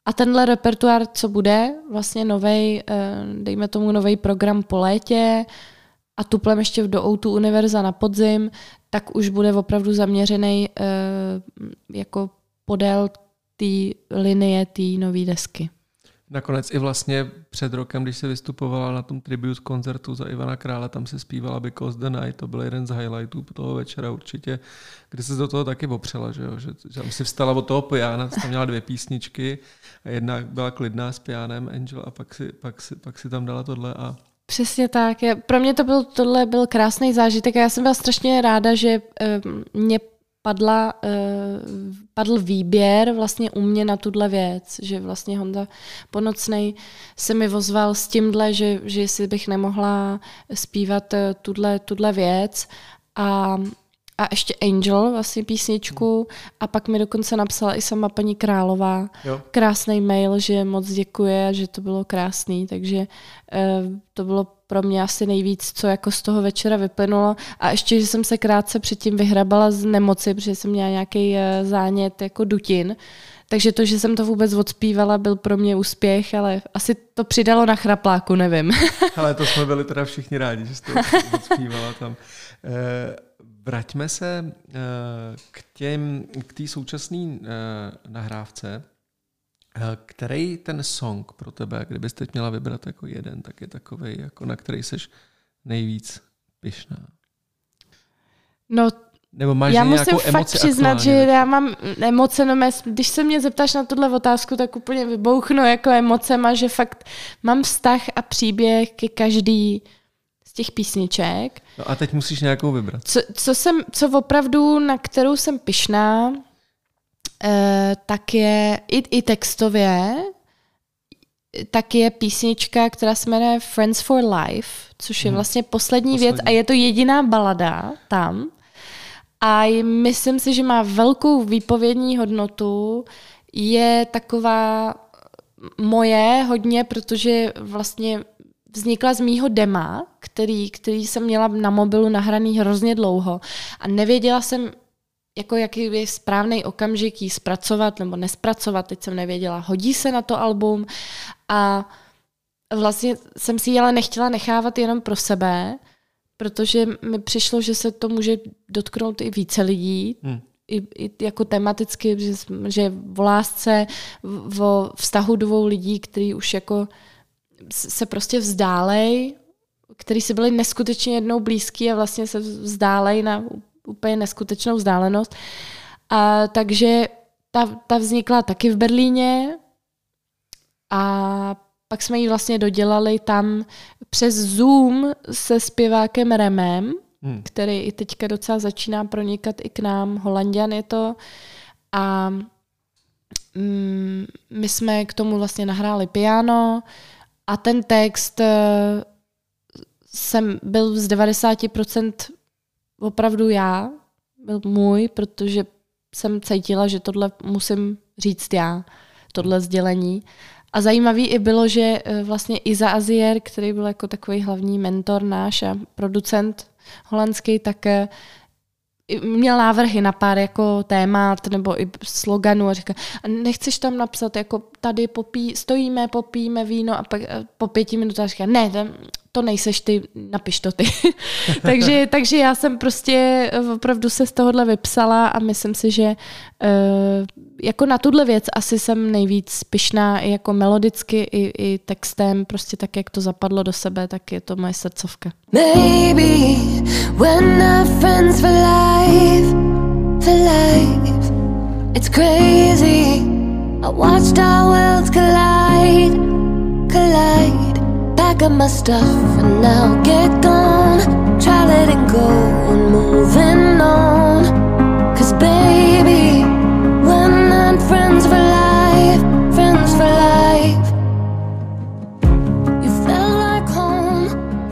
A tenhle repertoár, co bude, vlastně novej, dejme tomu novej program po létě a tuplem ještě do O dva Univerza na podzim, tak už bude opravdu zaměřený jako podél té linie té nové desky. Nakonec i vlastně před rokem, když se vystupovala na tom tribute koncertu za Ivana Krále, tam se zpívala Because the Night, to byl jeden z highlightů toho večera určitě, kdy se do toho taky opřela, že jo? Že, že tam si vstala od toho piana, tam měla dvě písničky a jedna byla klidná s pianem Angel a pak si, pak si, pak si tam dala tohle a přesně tak. Pro mě to byl, tohle byl krásný zážitek a já jsem byla strašně ráda, že um, mě padla, uh, padl výběr vlastně u mě na tuhle věc, že vlastně Honza Ponocnej se mi ozval s tímhle, že, že jestli bych nemohla zpívat tuhle, tuhle věc a a ještě Angel, vlastně písničku, a pak mi dokonce napsala i sama paní Králová jo. krásný mail, že moc děkuje, že to bylo krásný, takže uh, to bylo pro mě asi nejvíc, co jako z toho večera vyplynulo. A ještě, že jsem se krátce předtím vyhrabala z nemoci, protože jsem měla nějaký uh, zánět jako dutin, takže to, že jsem to vůbec odspívala, byl pro mě úspěch, ale asi to přidalo na chrapláku, nevím. Ale to jsme byli teda všichni rádi, že jsi to odspívala tam. Uh, Vraťme se k těm, k té současné nahrávce. Který ten song pro tebe, kdybyste měla vybrat jako jeden, tak je takovej, jako na který seš nejvíc pyšná? No, nebo máš já musím fakt přiznat, že aktuálně? Já mám emoce, no když se mě zeptáš na tuhle otázku, tak úplně vybouchnu jako emocema, že fakt mám vztah a příběh ke každý z těch písniček. No a teď musíš nějakou vybrat. Co, co, jsem, co opravdu, na kterou jsem pyšná, eh, tak je i, i textově, tak je písnička, která se jmenuje Friends for Life, což je hmm. vlastně poslední, poslední věc a je to jediná balada tam. A myslím si, že má velkou výpovědní hodnotu. Je taková moje hodně, protože vlastně vznikla z mýho dema, který, který jsem měla na mobilu nahraný hrozně dlouho a nevěděla jsem, jako jaký je správný okamžik jí zpracovat nebo nespracovat, teď jsem nevěděla, hodí se na to album a vlastně jsem si ji ale nechtěla nechávat jenom pro sebe, protože mi přišlo, že se to může dotknout i více lidí, hmm. i, i jako tematicky, že, že v lásce, o vztahu dvou lidí, který už jako se prostě vzdálej, který si byli neskutečně jednou blízký a vlastně se vzdálej na úplně neskutečnou vzdálenost. A takže ta, ta vznikla taky v Berlíně a pak jsme ji vlastně dodělali tam přes Zoom se zpěvákem Remem, hmm. který i teďka docela začíná pronikat i k nám. Holanďan je to. A mm, my jsme k tomu vlastně nahráli piano a ten text jsem byl z devadesát procent opravdu já, byl můj, protože jsem cítila, že tohle musím říct já, tohle sdělení. A zajímavý i bylo, že vlastně Iza Azier, který byl jako takový hlavní mentor náš a producent holandský, tak měl návrhy na pár jako témat nebo i sloganů a říká, nechceš tam napsat, jako tady popí, stojíme, popijeme víno a pak po pěti minutách říká, ne, to nejseš ty, napiš to ty. takže, takže já jsem prostě opravdu se z tohohle vypsala a myslím si, že uh, jako na tuhle věc asi jsem nejvíc pyšná i jako melodicky, i, i textem, prostě tak, jak to zapadlo do sebe, tak je to moje srdcovka. Maybe we're not friends for life, for life. It's crazy. I watched our worlds collide, collide. Pack up my stuff and now get gone. Try letting go and moving on. Cause baby, we're not friends for life, friends for life. You felt like home.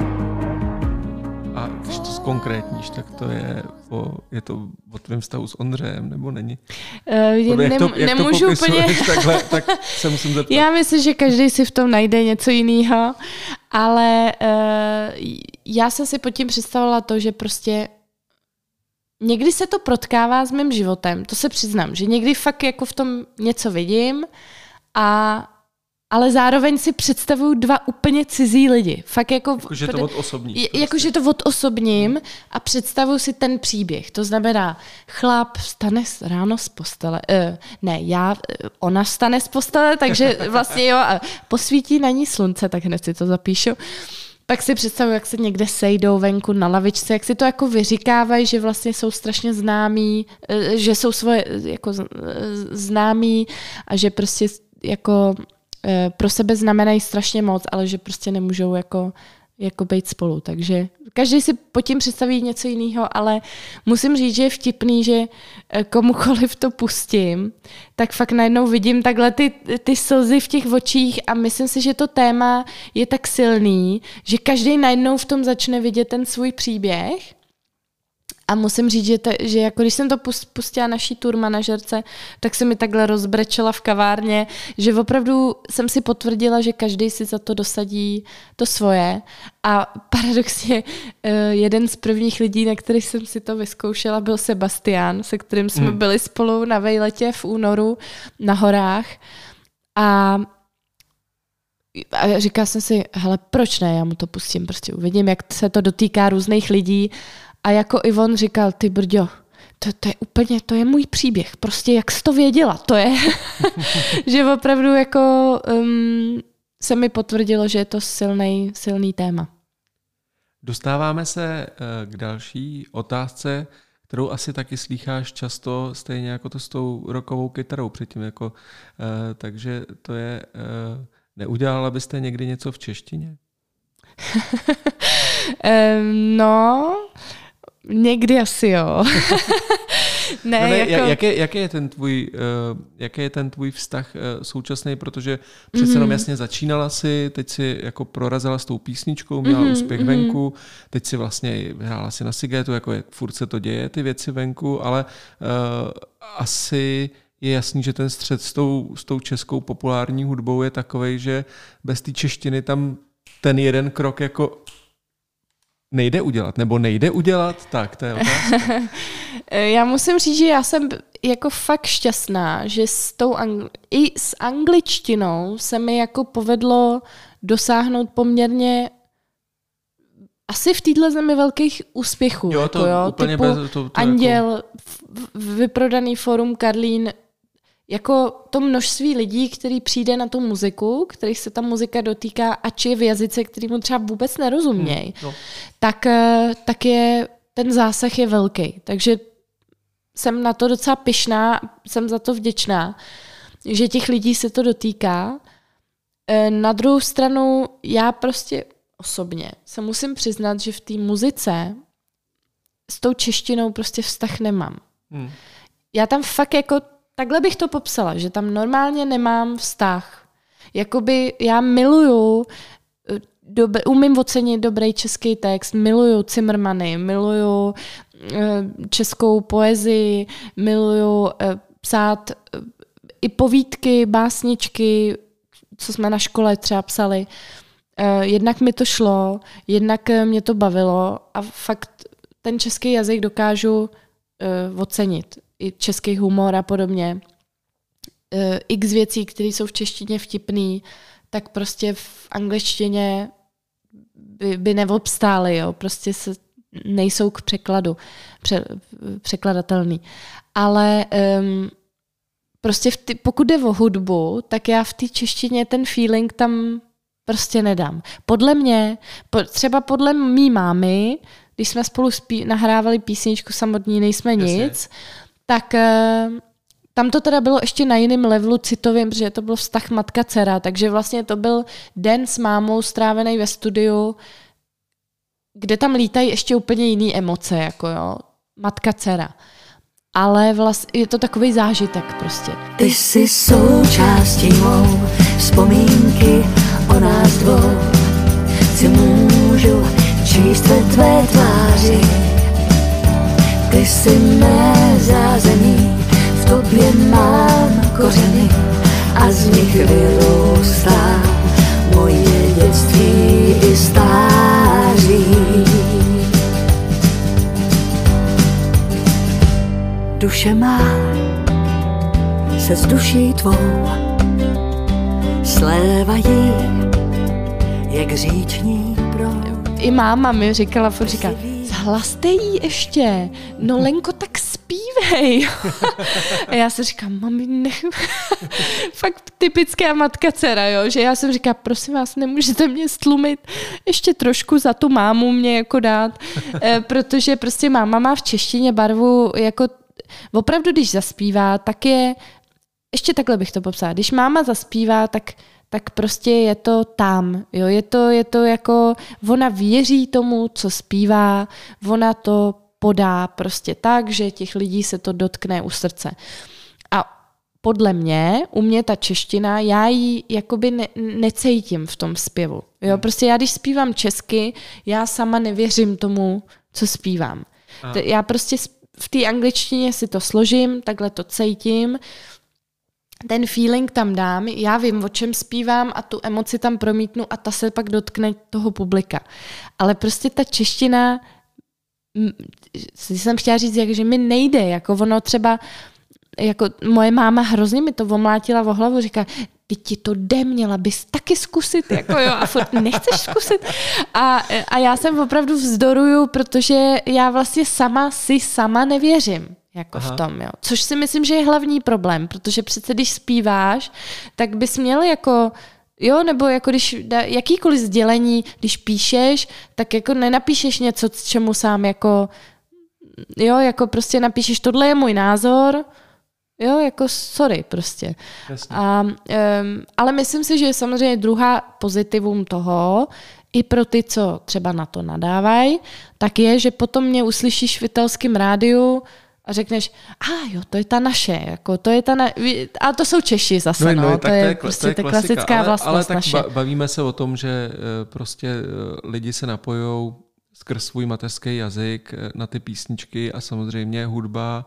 A když to zkonkrétníš, tak to je o, je to o tvém vztahu s Ondřejem, nebo není? Uh, Podle, nem, jak to, jak nemůžu to úplně... takhle, tak se musím zeptat. Já myslím, že každý si v tom najde něco jiného, ale uh, já jsem si pod tím představila to, že prostě někdy se to protkává s mým životem, to se přiznám, že někdy fakt jako v tom něco vidím a ale zároveň si představuju dva úplně cizí lidi. Fakt jako... Jakože to od osobní. Jakože to od osobním a představuju si ten příběh. To znamená, chlap vstane ráno z postele. Uh, ne, já, ona vstane z postele, takže vlastně jo, a posvítí na ní slunce, tak hned si to zapíšu. Pak si představuju, jak se někde sejdou venku na lavičce, jak si to jako vyříkávají, že vlastně jsou strašně známí, že jsou svoje jako známí a že prostě jako pro sebe znamenají strašně moc, ale že prostě nemůžou jako, jako být spolu. Takže každý si pod tím představí něco jiného, ale musím říct, že je vtipný, že komukoliv to pustím, tak fakt najednou vidím takhle ty, ty slzy v těch očích a myslím si, že to téma je tak silný, že každý najednou v tom začne vidět ten svůj příběh. A musím říct, že, te, že jako když jsem to pustila naší tour manažerce, tak se mi takhle rozbrečela v kavárně, že opravdu jsem si potvrdila, že každý si za to dosadí to svoje. A paradoxně jeden z prvních lidí, na kterých jsem si to vyzkoušela, byl Sebastián, se kterým jsme hmm. byli spolu na vejletě v únoru na horách. A A říkala jsem si, hele, proč ne, já mu to pustím, prostě uvidím, jak se to dotýká různých lidí. A jako Ivon říkal, ty brďo, to, to je úplně, to je můj příběh, prostě jak jsi to věděla, to je, že opravdu jako um, se mi potvrdilo, že je to silný, silný téma. Dostáváme se uh, k další otázce, kterou asi taky slýcháš často, stejně jako to s tou rockovou kytarou předtím, jako, uh, takže to je, uh, neudělala byste někdy něco v češtině? um, no... Někdy asi jo. ne, no ne, jako... jaký, jaký, je ten tvůj, uh, jaký je ten tvůj vztah uh, současný, protože přece mm-hmm. jenom jasně začínala si, teď si jako prorazila s tou písničkou, měla mm-hmm, úspěch mm-hmm. venku, teď si vlastně hrála si na Sigetu, jako je, furt se to děje, ty věci venku, ale uh, asi je jasný, že ten střed s tou, s tou českou populární hudbou je takovej, že bez té češtiny tam ten jeden krok jako nejde udělat, nebo nejde udělat? Tak, to je otázka. Já musím říct, že já jsem jako fakt šťastná, že s tou angli- i s angličtinou se mi jako povedlo dosáhnout poměrně asi v téhle zemi velkých úspěchů. Jo, to jako, jo, úplně typu bez... To, to Anděl, jako... vyprodaný Forum Karlín, jako to množství lidí, který přijde na tu muziku, kterých se ta muzika dotýká, ač je v jazyce, který mu třeba vůbec nerozumějí, hmm, no. tak, tak je, ten zásah je velký. Takže jsem na to docela pyšná, jsem za to vděčná, že těch lidí se to dotýká. Na druhou stranu já prostě osobně se musím přiznat, že v té muzice s tou češtinou prostě vztah nemám. Hmm. Já tam fakt jako takhle bych to popsala, že tam normálně nemám vztah. Jakoby já miluju, dob- umím ocenit dobrý český text, miluju Cimrmany, miluju českou poezii, miluju psát i povídky, básničky, co jsme na škole třeba psali. Jednak mi to šlo, jednak mě to bavilo a fakt ten český jazyk dokážu ocenit. I český humor a podobně. X věcí, které jsou v češtině vtipný, tak prostě v angličtině by, by neobstály, jo. Prostě se, nejsou k překladu pře, překladatelný. Ale um, prostě v ty, pokud jde o hudbu, tak já v té češtině ten feeling tam prostě nedám. Podle mě, po, třeba podle mý mámy, když jsme spolu spí, nahrávali písničku Samotní nejsme nic, tak uh, tam to teda bylo ještě na jiném levelu citovým, protože to byl vztah matka-dcera, takže vlastně to byl den s mámou strávený ve studiu, kde tam lítají ještě úplně jiný emoce, jako jo, matka-dcera. Ale vlastně je to takový zážitek prostě. Ty jsi součástí mou, vzpomínky o nás dvou, si můžu číst ve tvé tváři. Ty jsi mé zázemí, v tobě mám kořeny a z nich vyrůstá moje dětství i stáří. Duše má se s duší tvou slévají jak říční proud. I máma mi říkala, furt říká, zhlaste jí ještě, no Lenko, tak zpívej. A já si říkám, mami, nech... Fakt typická matka dcera, jo, že já jsem říkala, prosím vás, nemůžete mě stlumit ještě trošku za tu mámu mě jako dát, e, protože prostě máma má v češtině barvu, jako opravdu, když zaspívá, tak je, ještě takhle bych to popsala, když máma zaspívá, tak tak prostě je to tam, jo, je to, je to jako, ona věří tomu, co zpívá, ona to podá prostě tak, že těch lidí se to dotkne u srdce. A podle mě, u mě ta čeština, já ji jakoby ne, necítím v tom zpěvu. Jo, prostě já, když zpívám česky, já sama nevěřím tomu, co zpívám. A. Já prostě v té angličtině si to složím, takhle to cítím, ten feeling tam dám, já vím, o čem zpívám a tu emoci tam promítnu a ta se pak dotkne toho publika. Ale prostě ta čeština, jsem chtěla říct, že mi nejde, jako ono třeba, jako moje máma hrozně mi to omlátila o hlavu, říká, ty ti to jde, měla bys taky zkusit, jako jo, a furt nechceš zkusit. A, a já jsem opravdu vzdoruju, protože já vlastně sama si sama nevěřím. Jako Aha. v tom, jo. Což si myslím, že je hlavní problém, protože přece když zpíváš, tak bys měl jako, jo, nebo jako když jakýkoliv sdělení, když píšeš, tak jako nenapíšeš něco, čemu sám jako, jo, jako prostě napíšeš, tohle je můj názor, jo, jako sorry prostě. A, um, ale myslím si, že je samozřejmě druhá pozitivum toho, i pro ty, co třeba na to nadávají, tak je, že potom mě uslyšíš v italském rádiu a řekneš, a ah, jo, to je ta naše, jako to je ta na... a to jsou Češi zase, no, no, no to, je, je prostě to je ta klasická ale, vlastnost ale tak naše. Bavíme se o tom, že prostě lidi se napojou skrz svůj mateřský jazyk na ty písničky a samozřejmě hudba,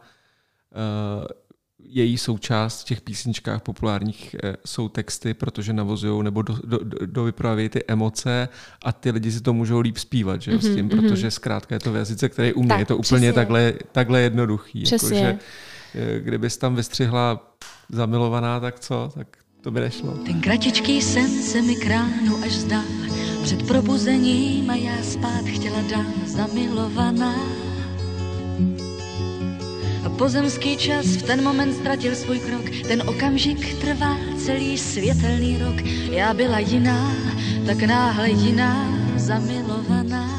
její součást v těch písničkách populárních jsou texty, protože navozují nebo do, do, do vyprávějí ty emoce a ty lidi si to můžou líp zpívat, že jo, mm-hmm, s tím, mm-hmm. protože zkrátka je to v jazyce, který umí. Tak, je to úplně takhle, takhle jednoduchý. Přesně. Jako, že, kdybys tam vystřihla zamilovaná, tak co? Tak to by nešlo. Ten kratičký sen se mi k ránu až zdá, před probuzením a já spát chtěla dám zamilovaná. A pozemský čas v ten moment ztratil svůj krok, ten okamžik trvá celý světelný rok. Já byla jiná, tak náhle jiná, zamilovaná.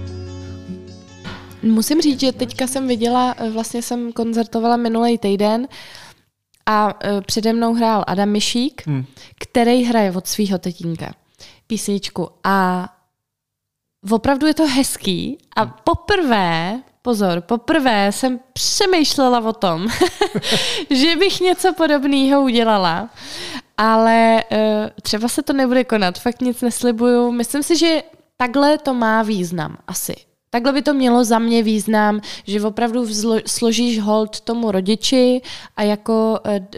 Musím říct, že teďka jsem viděla, vlastně jsem koncertovala minulý týden a přede mnou hrál Adam Mišík, hmm. který hraje od svého tetínka písničku a opravdu je to hezký a poprvé Pozor, poprvé jsem přemýšlela o tom, že bych něco podobného udělala, ale uh, třeba se to nebude konat, fakt nic neslibuju. Myslím si, že takhle to má význam asi. Takhle by to mělo za mě význam, že opravdu vzlo- složíš hold tomu rodiči a jako,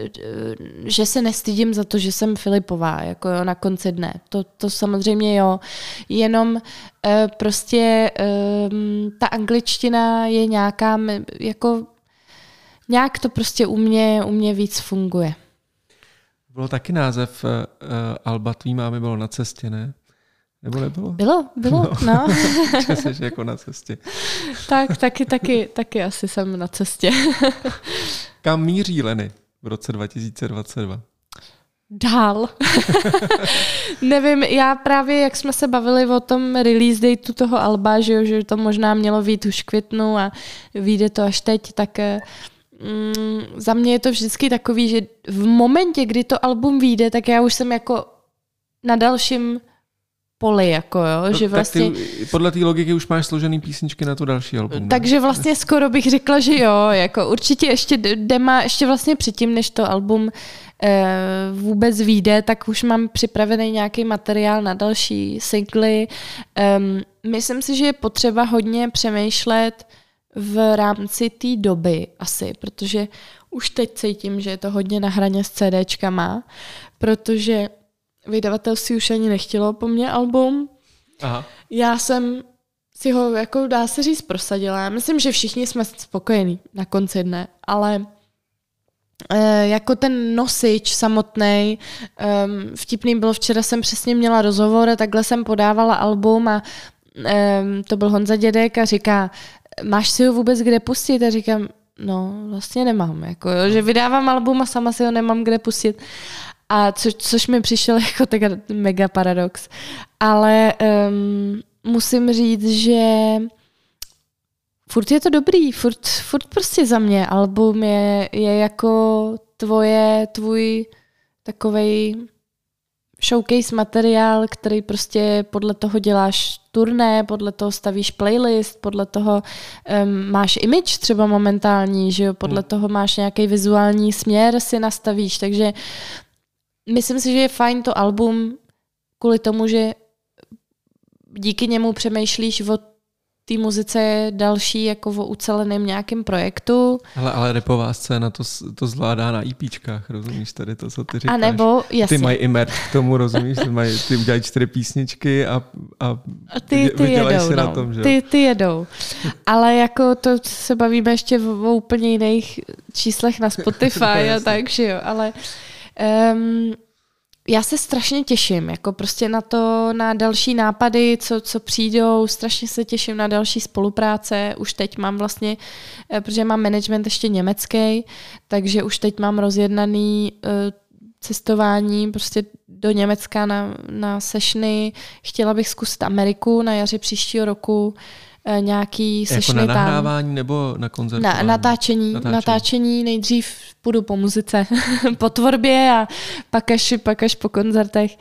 že se nestydím za to, že jsem Filipová, jako jo, na konci dne. To, to samozřejmě jo. Jenom prostě ta angličtina je nějaká, jako nějak to prostě u mě, u mě víc funguje. Bylo taky název uh, alba tvý mámy bylo Na cestě, ne? Nebo nebylo? Bylo, bylo, no. no. Že jsi jako na cestě. Tak, taky, taky, taky asi jsem na cestě. Kam míří Leny v roce dva tisíce dvacet dva? Dál. Nevím, já právě, jak jsme se bavili o tom release dateu toho alba, že, že to možná mělo vyjít už v květnu a vyjde to až teď, tak mm, za mě je to vždycky takový, že v momentě, kdy to album vyjde, tak já už jsem jako na dalším poli, jako jo, no, že vlastně... Ty, podle té logiky už máš složený písničky na to další album. Takže vlastně skoro bych řekla, že jo, jako určitě ještě dema, ještě vlastně předtím, než to album eh, vůbec vyjde, tak už mám připravený nějaký materiál na další singly. Um, myslím si, že je potřeba hodně přemýšlet v rámci té doby asi, protože už teď cítím, že je to hodně na hraně s CDčkama, protože vydavatelství už ani nechtělo po mně album. Aha. Já jsem si ho, jako dá se říct, prosadila. Já myslím, že všichni jsme spokojení na konci dne, ale jako ten nosič samotnej. Um, vtipný bylo, včera jsem přesně měla rozhovor a takhle jsem podávala album a um, to byl Honza Dědek a říká, máš si ho vůbec kde pustit? A říkám, no vlastně nemám, jako, jo, že vydávám album a sama si ho nemám kde pustit. A co, což mi přišel jako tak mega paradox. Ale um, musím říct, že furt je to dobrý, furt, furt prostě za mě album je, je jako tvoje, tvůj takovej showcase materiál, který prostě podle toho děláš turné, podle toho stavíš playlist, podle toho um, máš image třeba momentální, že jo, podle hmm. toho máš nějaký vizuální směr si nastavíš, takže myslím si, že je fajn to album kvůli tomu, že díky němu přemýšlíš o té muzice další jako o uceleném nějakém projektu. Ale, ale rapová scéna to, to zvládá na EPčkách, rozumíš tady to, co ty říkáš? A nebo, jasně. Ty mají i merch k tomu, rozumíš? Ty, mají, ty udělají čtyři písničky a, a, a ty, ty jedou, si no. na tom, že? Ty, ty jedou. Ale jako to se bavíme ještě o úplně jiných číslech na Spotify a tak, že jo, ale um, já se strašně těším, jako prostě na to, na další nápady, co, co přijdou, strašně se těším na další spolupráce, už teď mám vlastně, protože mám management ještě německý, takže už teď mám rozjednaný uh, cestování prostě do Německa na, na sessiony, chtěla bych zkusit Ameriku na jaře příštího roku, uh, nějaký sessiony tam. Jako na nahrávání tam, nebo na koncertování? Na natáčení, natáčení. natáčení nejdřív půjdu po muzice, po tvorbě a pak až, pak až po koncertech.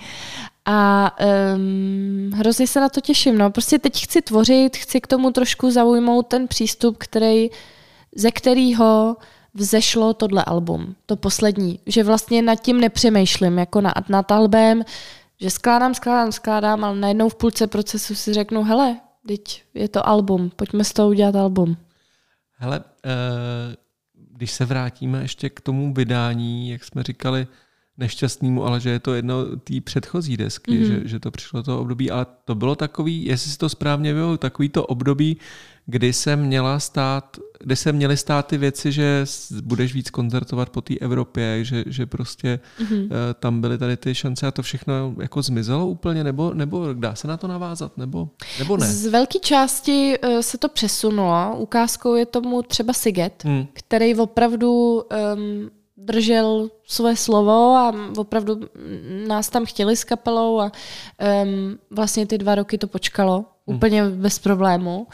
A um, hrozně se na to těším. No. Prostě teď chci tvořit, chci k tomu trošku zaujmout ten přístup, který, ze kterého vzešlo tohle album, to poslední. Že vlastně nad tím nepřemýšlím, jako nad, nad albem, že skládám, skládám, skládám, ale najednou v půlce procesu si řeknu, hele, teď je to album, pojďme z toho udělat album. Hele, uh... když se vrátíme ještě k tomu vydání, jak jsme říkali, nešťastnému, ale že je to jedno té předchozí desky, mm-hmm. že, že to přišlo to období, ale to bylo takový, jestli si to správně bylo, takový to období, kdy se měla stát, kdy se měly stát ty věci, že budeš víc koncertovat po té Evropě, že, že prostě mm-hmm. uh, tam byly tady ty šance a to všechno jako zmizelo úplně, nebo, nebo dá se na to navázat, nebo, nebo ne? Z velké části uh, se to přesunulo. Ukázkou je tomu třeba Siget, hmm. který opravdu um, držel své slovo a opravdu nás tam chtěli s kapelou a um, vlastně ty dva roky to počkalo hmm. úplně bez problému.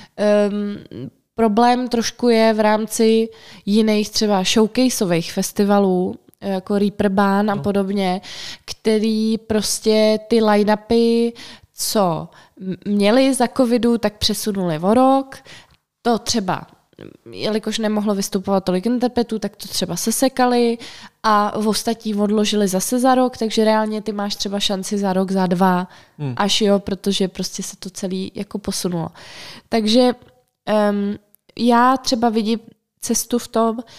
Um, problém trošku je v rámci jiných třeba showcaseových festivalů, jako Reaper Band a podobně, který prostě ty line-upy, co měli za covidu, tak přesunuli o rok. To třeba, jelikož nemohlo vystupovat tolik interpretů, tak to třeba sesekali a v ostatní odložili zase za rok, takže reálně ty máš třeba šanci za rok, za dva, hmm. až jo, protože prostě se to celý jako posunulo. Takže um, já třeba vidím cestu v tom, uh,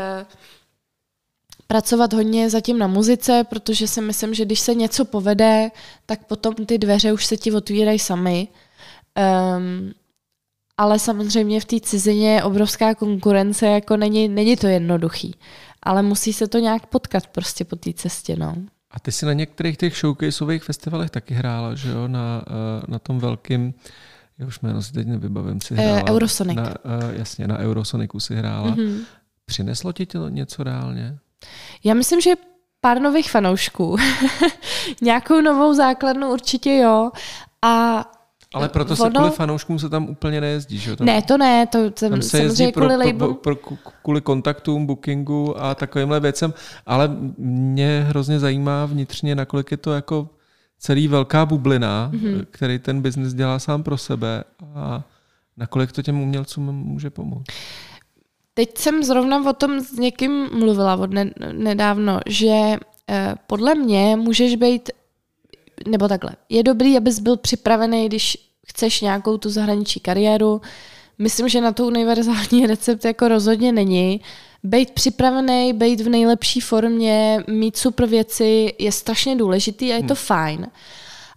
pracovat hodně zatím na muzice, protože si myslím, že když se něco povede, tak potom ty dveře už se ti otvírají samy. Um, ale samozřejmě v té cizině je obrovská konkurence, jako není, není to jednoduchý. Ale musí se to nějak potkat prostě po té cestě, no. A ty si na některých těch showcaseových festivalech taky hrála, že jo? Na, na tom velkým, já už jméno si teď nevybavím, si hrála. Uh, Eurosonic. Na, uh, jasně, na Eurosonicu si hrála. Mm-hmm. Přineslo ti to něco reálně? Já myslím, že pár nových fanoušků. Nějakou novou základnu určitě jo. A ale proto se ono... kvůli fanouškům se tam úplně nejezdí, že jo? Ne, to ne, to tam se jezdí pro, kvůli pro, pro, pro, kvůli kontaktům, bookingu a takovýmhle věcem, ale mě hrozně zajímá vnitřně, nakolik je to jako celý velká bublina, mm-hmm. který ten biznis dělá sám pro sebe a nakolik to těm umělcům může pomoct. Teď jsem zrovna o tom s někým mluvila od nedávno, že eh, podle mě můžeš být, nebo takhle, je dobrý, abys byl připravený, když chceš nějakou tu zahraniční kariéru. Myslím, že na to univerzální recept jako rozhodně není. Být připravený, být v nejlepší formě, mít super věci je strašně důležitý a je to hmm. fajn.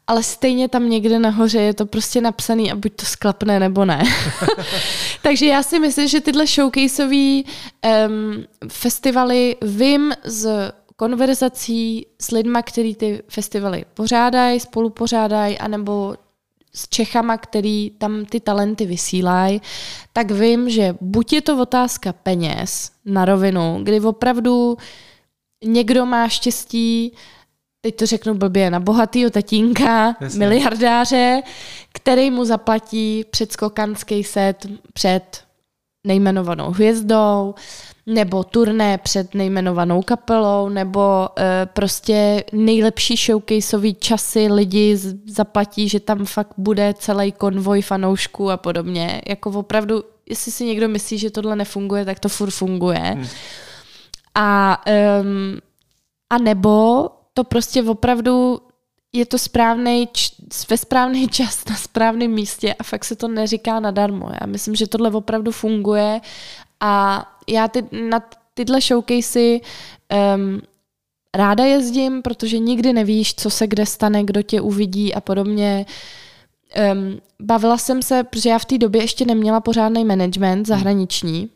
ale stejně tam někde nahoře je to prostě napsaný a buď to sklapne nebo ne. Takže já si myslím, že tyhle showcaseový um, festivaly vím z konverzací s lidma, který ty festivaly pořádají, spolupořádají, anebo s Čechama, který tam ty talenty vysílají, tak vím, že buď je to otázka peněz na rovinu, kdy opravdu někdo má štěstí, teď to řeknu blbě, na bohatýho tatínka, Jasně. miliardáře, který mu zaplatí předskokanský set před nejmenovanou hvězdou, nebo turné před nejmenovanou kapelou, nebo e, prostě nejlepší showcaseový časy lidi zaplatí, že tam fakt bude celý konvoj fanoušků a podobně. Jako opravdu, jestli si někdo myslí, že tohle nefunguje, tak to furt funguje. Hmm. A, um, a nebo to prostě opravdu je to správnej, ve správný čas na správném místě a fakt se to neříká nadarmo. Já myslím, že tohle opravdu funguje a já ty, na tyhle showcasey um, ráda jezdím, protože nikdy nevíš, co se kde stane, kdo tě uvidí a podobně. Um, bavila jsem se, protože já v té době ještě neměla pořádný management zahraniční,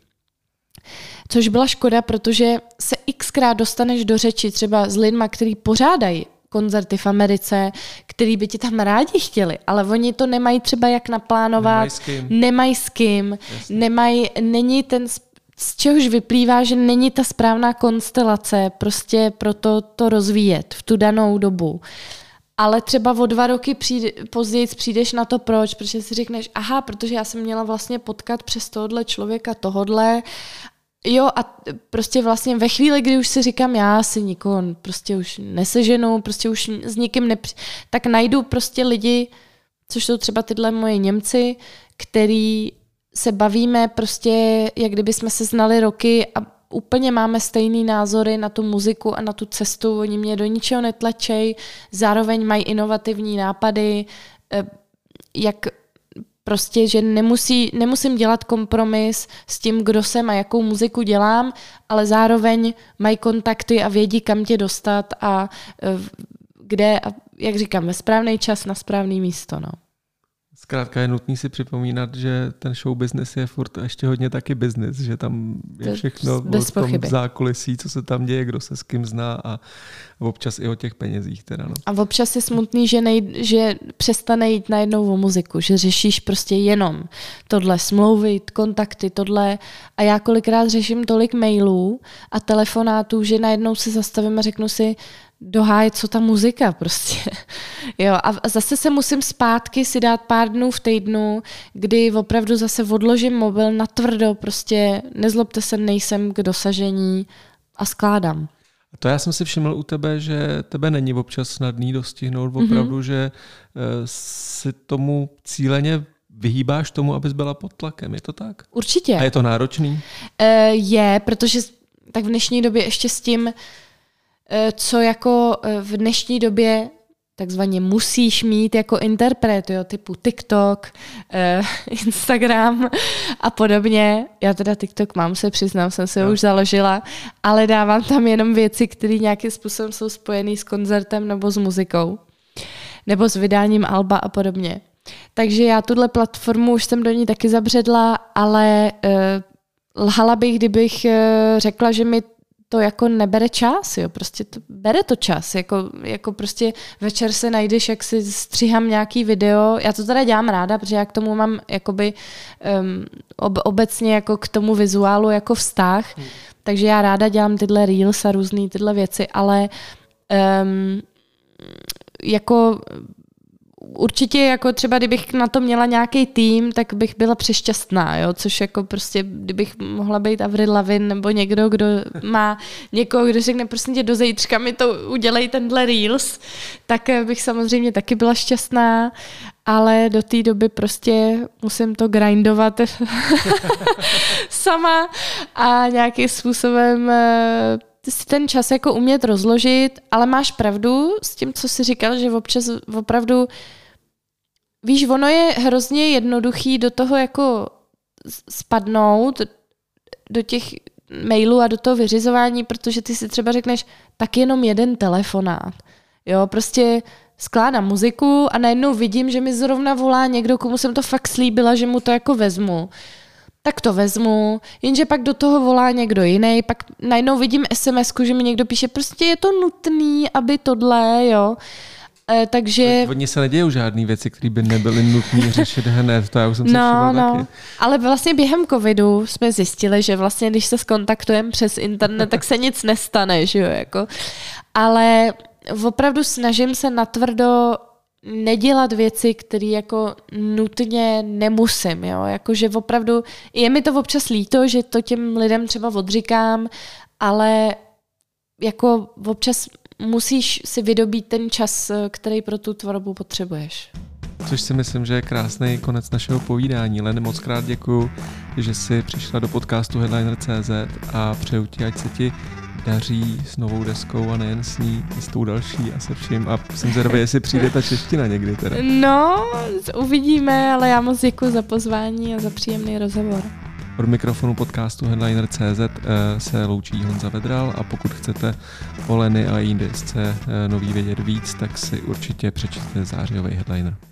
což byla škoda, protože se xkrát dostaneš do řeči třeba s lidma, který pořádají koncerty v Americe, který by ti tam rádi chtěli, ale oni to nemají třeba jak naplánovat, nemají s kým, nemají, s kým, nemají není ten, z čehož vyplývá, že není ta správná konstelace prostě pro to, to rozvíjet v tu danou dobu. Ale třeba o dva roky přijde, později přijdeš na to proč, protože si řekneš, aha, protože já jsem měla vlastně potkat přes tohodle člověka tohodle. Jo, a prostě vlastně ve chvíli, kdy už si říkám, já si nikoho prostě už neseženu, prostě už s nikým nepři... tak najdu prostě lidi, což jsou třeba tyhle moje Němci, který se bavíme prostě, jak kdyby jsme se znali roky a úplně máme stejný názory na tu muziku a na tu cestu, oni mě do ničeho netlačej, zároveň mají inovativní nápady, jak prostě, že nemusí, nemusím dělat kompromis s tím, kdo jsem a jakou muziku dělám, ale zároveň mají kontakty a vědí, kam tě dostat a kde, a jak říkám, ve správný čas na správný místo. No. Zkrátka je nutný si připomínat, že ten show business je furt ještě hodně taky business, že tam je všechno o tom zákulisí, co se tam děje, kdo se s kým zná a občas i o těch penězích. Teda, no. A občas je smutný, že, nej, že přestane jít najednou o muziku, že řešíš prostě jenom tohle smlouvy, kontakty, tohle a já kolikrát řeším tolik mailů a telefonátů, že najednou se zastavím a řeknu si, dohájet, co ta muzika prostě. Jo, a zase se musím zpátky si dát pár dnů v týdnu, kdy opravdu zase odložím mobil natvrdo, prostě nezlobte se, nejsem k dosažení a skládám. To já jsem si všiml u tebe, že tebe není občas snadný dostihnout, opravdu, mm-hmm. že si tomu cíleně vyhýbáš tomu, abys byla pod tlakem, je to tak? Určitě. A je to náročný? Je, protože tak v dnešní době ještě s tím, co jako v dnešní době takzvaně musíš mít jako interpret, jo, typu TikTok, Instagram a podobně. Já teda TikTok mám, se přiznám, jsem se ho už založila, ale dávám tam jenom věci, které nějakým způsobem jsou spojené s koncertem nebo s muzikou. Nebo s vydáním alba a podobně. Takže já tuhle platformu už jsem do ní taky zabředla, ale uh, lhala bych, kdybych uh, řekla, že mi to jako nebere čas, jo, prostě to, bere to čas, jako, jako prostě večer se najdeš, jak si stříhám nějaký video, já to teda dělám ráda, protože já k tomu mám jakoby um, ob, obecně jako k tomu vizuálu jako vztah, hmm. takže já ráda dělám tyhle reels a různý tyhle věci, ale um, jako určitě jako třeba, kdybych na to měla nějaký tým, tak bych byla přešťastná, jo? Což jako prostě, kdybych mohla být Avril Lavigne nebo někdo, kdo má někoho, kdo řekne, prosím tě, do zítřka mi to udělej tenhle reels, tak bych samozřejmě taky byla šťastná, ale do té doby prostě musím to grindovat sama a nějakým způsobem si ten čas jako umět rozložit, ale máš pravdu s tím, co jsi říkal, že občas opravdu, víš, ono je hrozně jednoduchý do toho jako spadnout, do těch mailů a do toho vyřizování, protože ty si třeba řekneš, tak jenom jeden telefonát. Jo, prostě skládám muziku a najednou vidím, že mi zrovna volá někdo, komu jsem to fakt slíbila, že mu to jako vezmu. Tak to vezmu, jenže pak do toho volá někdo jiný, pak najednou vidím es em esku, že mi někdo píše, prostě je to nutný, aby tohle, jo. E, takže... Oni se nedějou žádný věci, které by nebyly nutné řešit hned, to já už jsem si no, všiml no. taky. Ale vlastně během covidu jsme zjistili, že vlastně, když se skontaktujeme přes internet, tak se nic nestane, že jo, jako. Ale opravdu snažím se natvrdo nedělat věci, které jako nutně nemusím, jo, jakože opravdu, je mi to občas líto, že to těm lidem třeba odříkám, ale jako občas musíš si vydobít ten čas, který pro tu tvorbu potřebuješ. Což si myslím, že je krásný konec našeho povídání. Leny, moc krát děkuju, že jsi přišla do podcastu Headliner tečka cé zet a přeju ti, ať se ti daří s novou deskou a nejen s ní, i s tou další a se vším. A jsem zvědavý, jestli přijde ta čeština někdy teda. No, uvidíme, ale já moc děkuji za pozvání a za příjemný rozhovor. Od mikrofonu podcastu Headliner tečka cé zet se loučí Honza Vedral a pokud chcete o Leny a její desce nový vědět víc, tak si určitě přečtěte zářijový Headliner.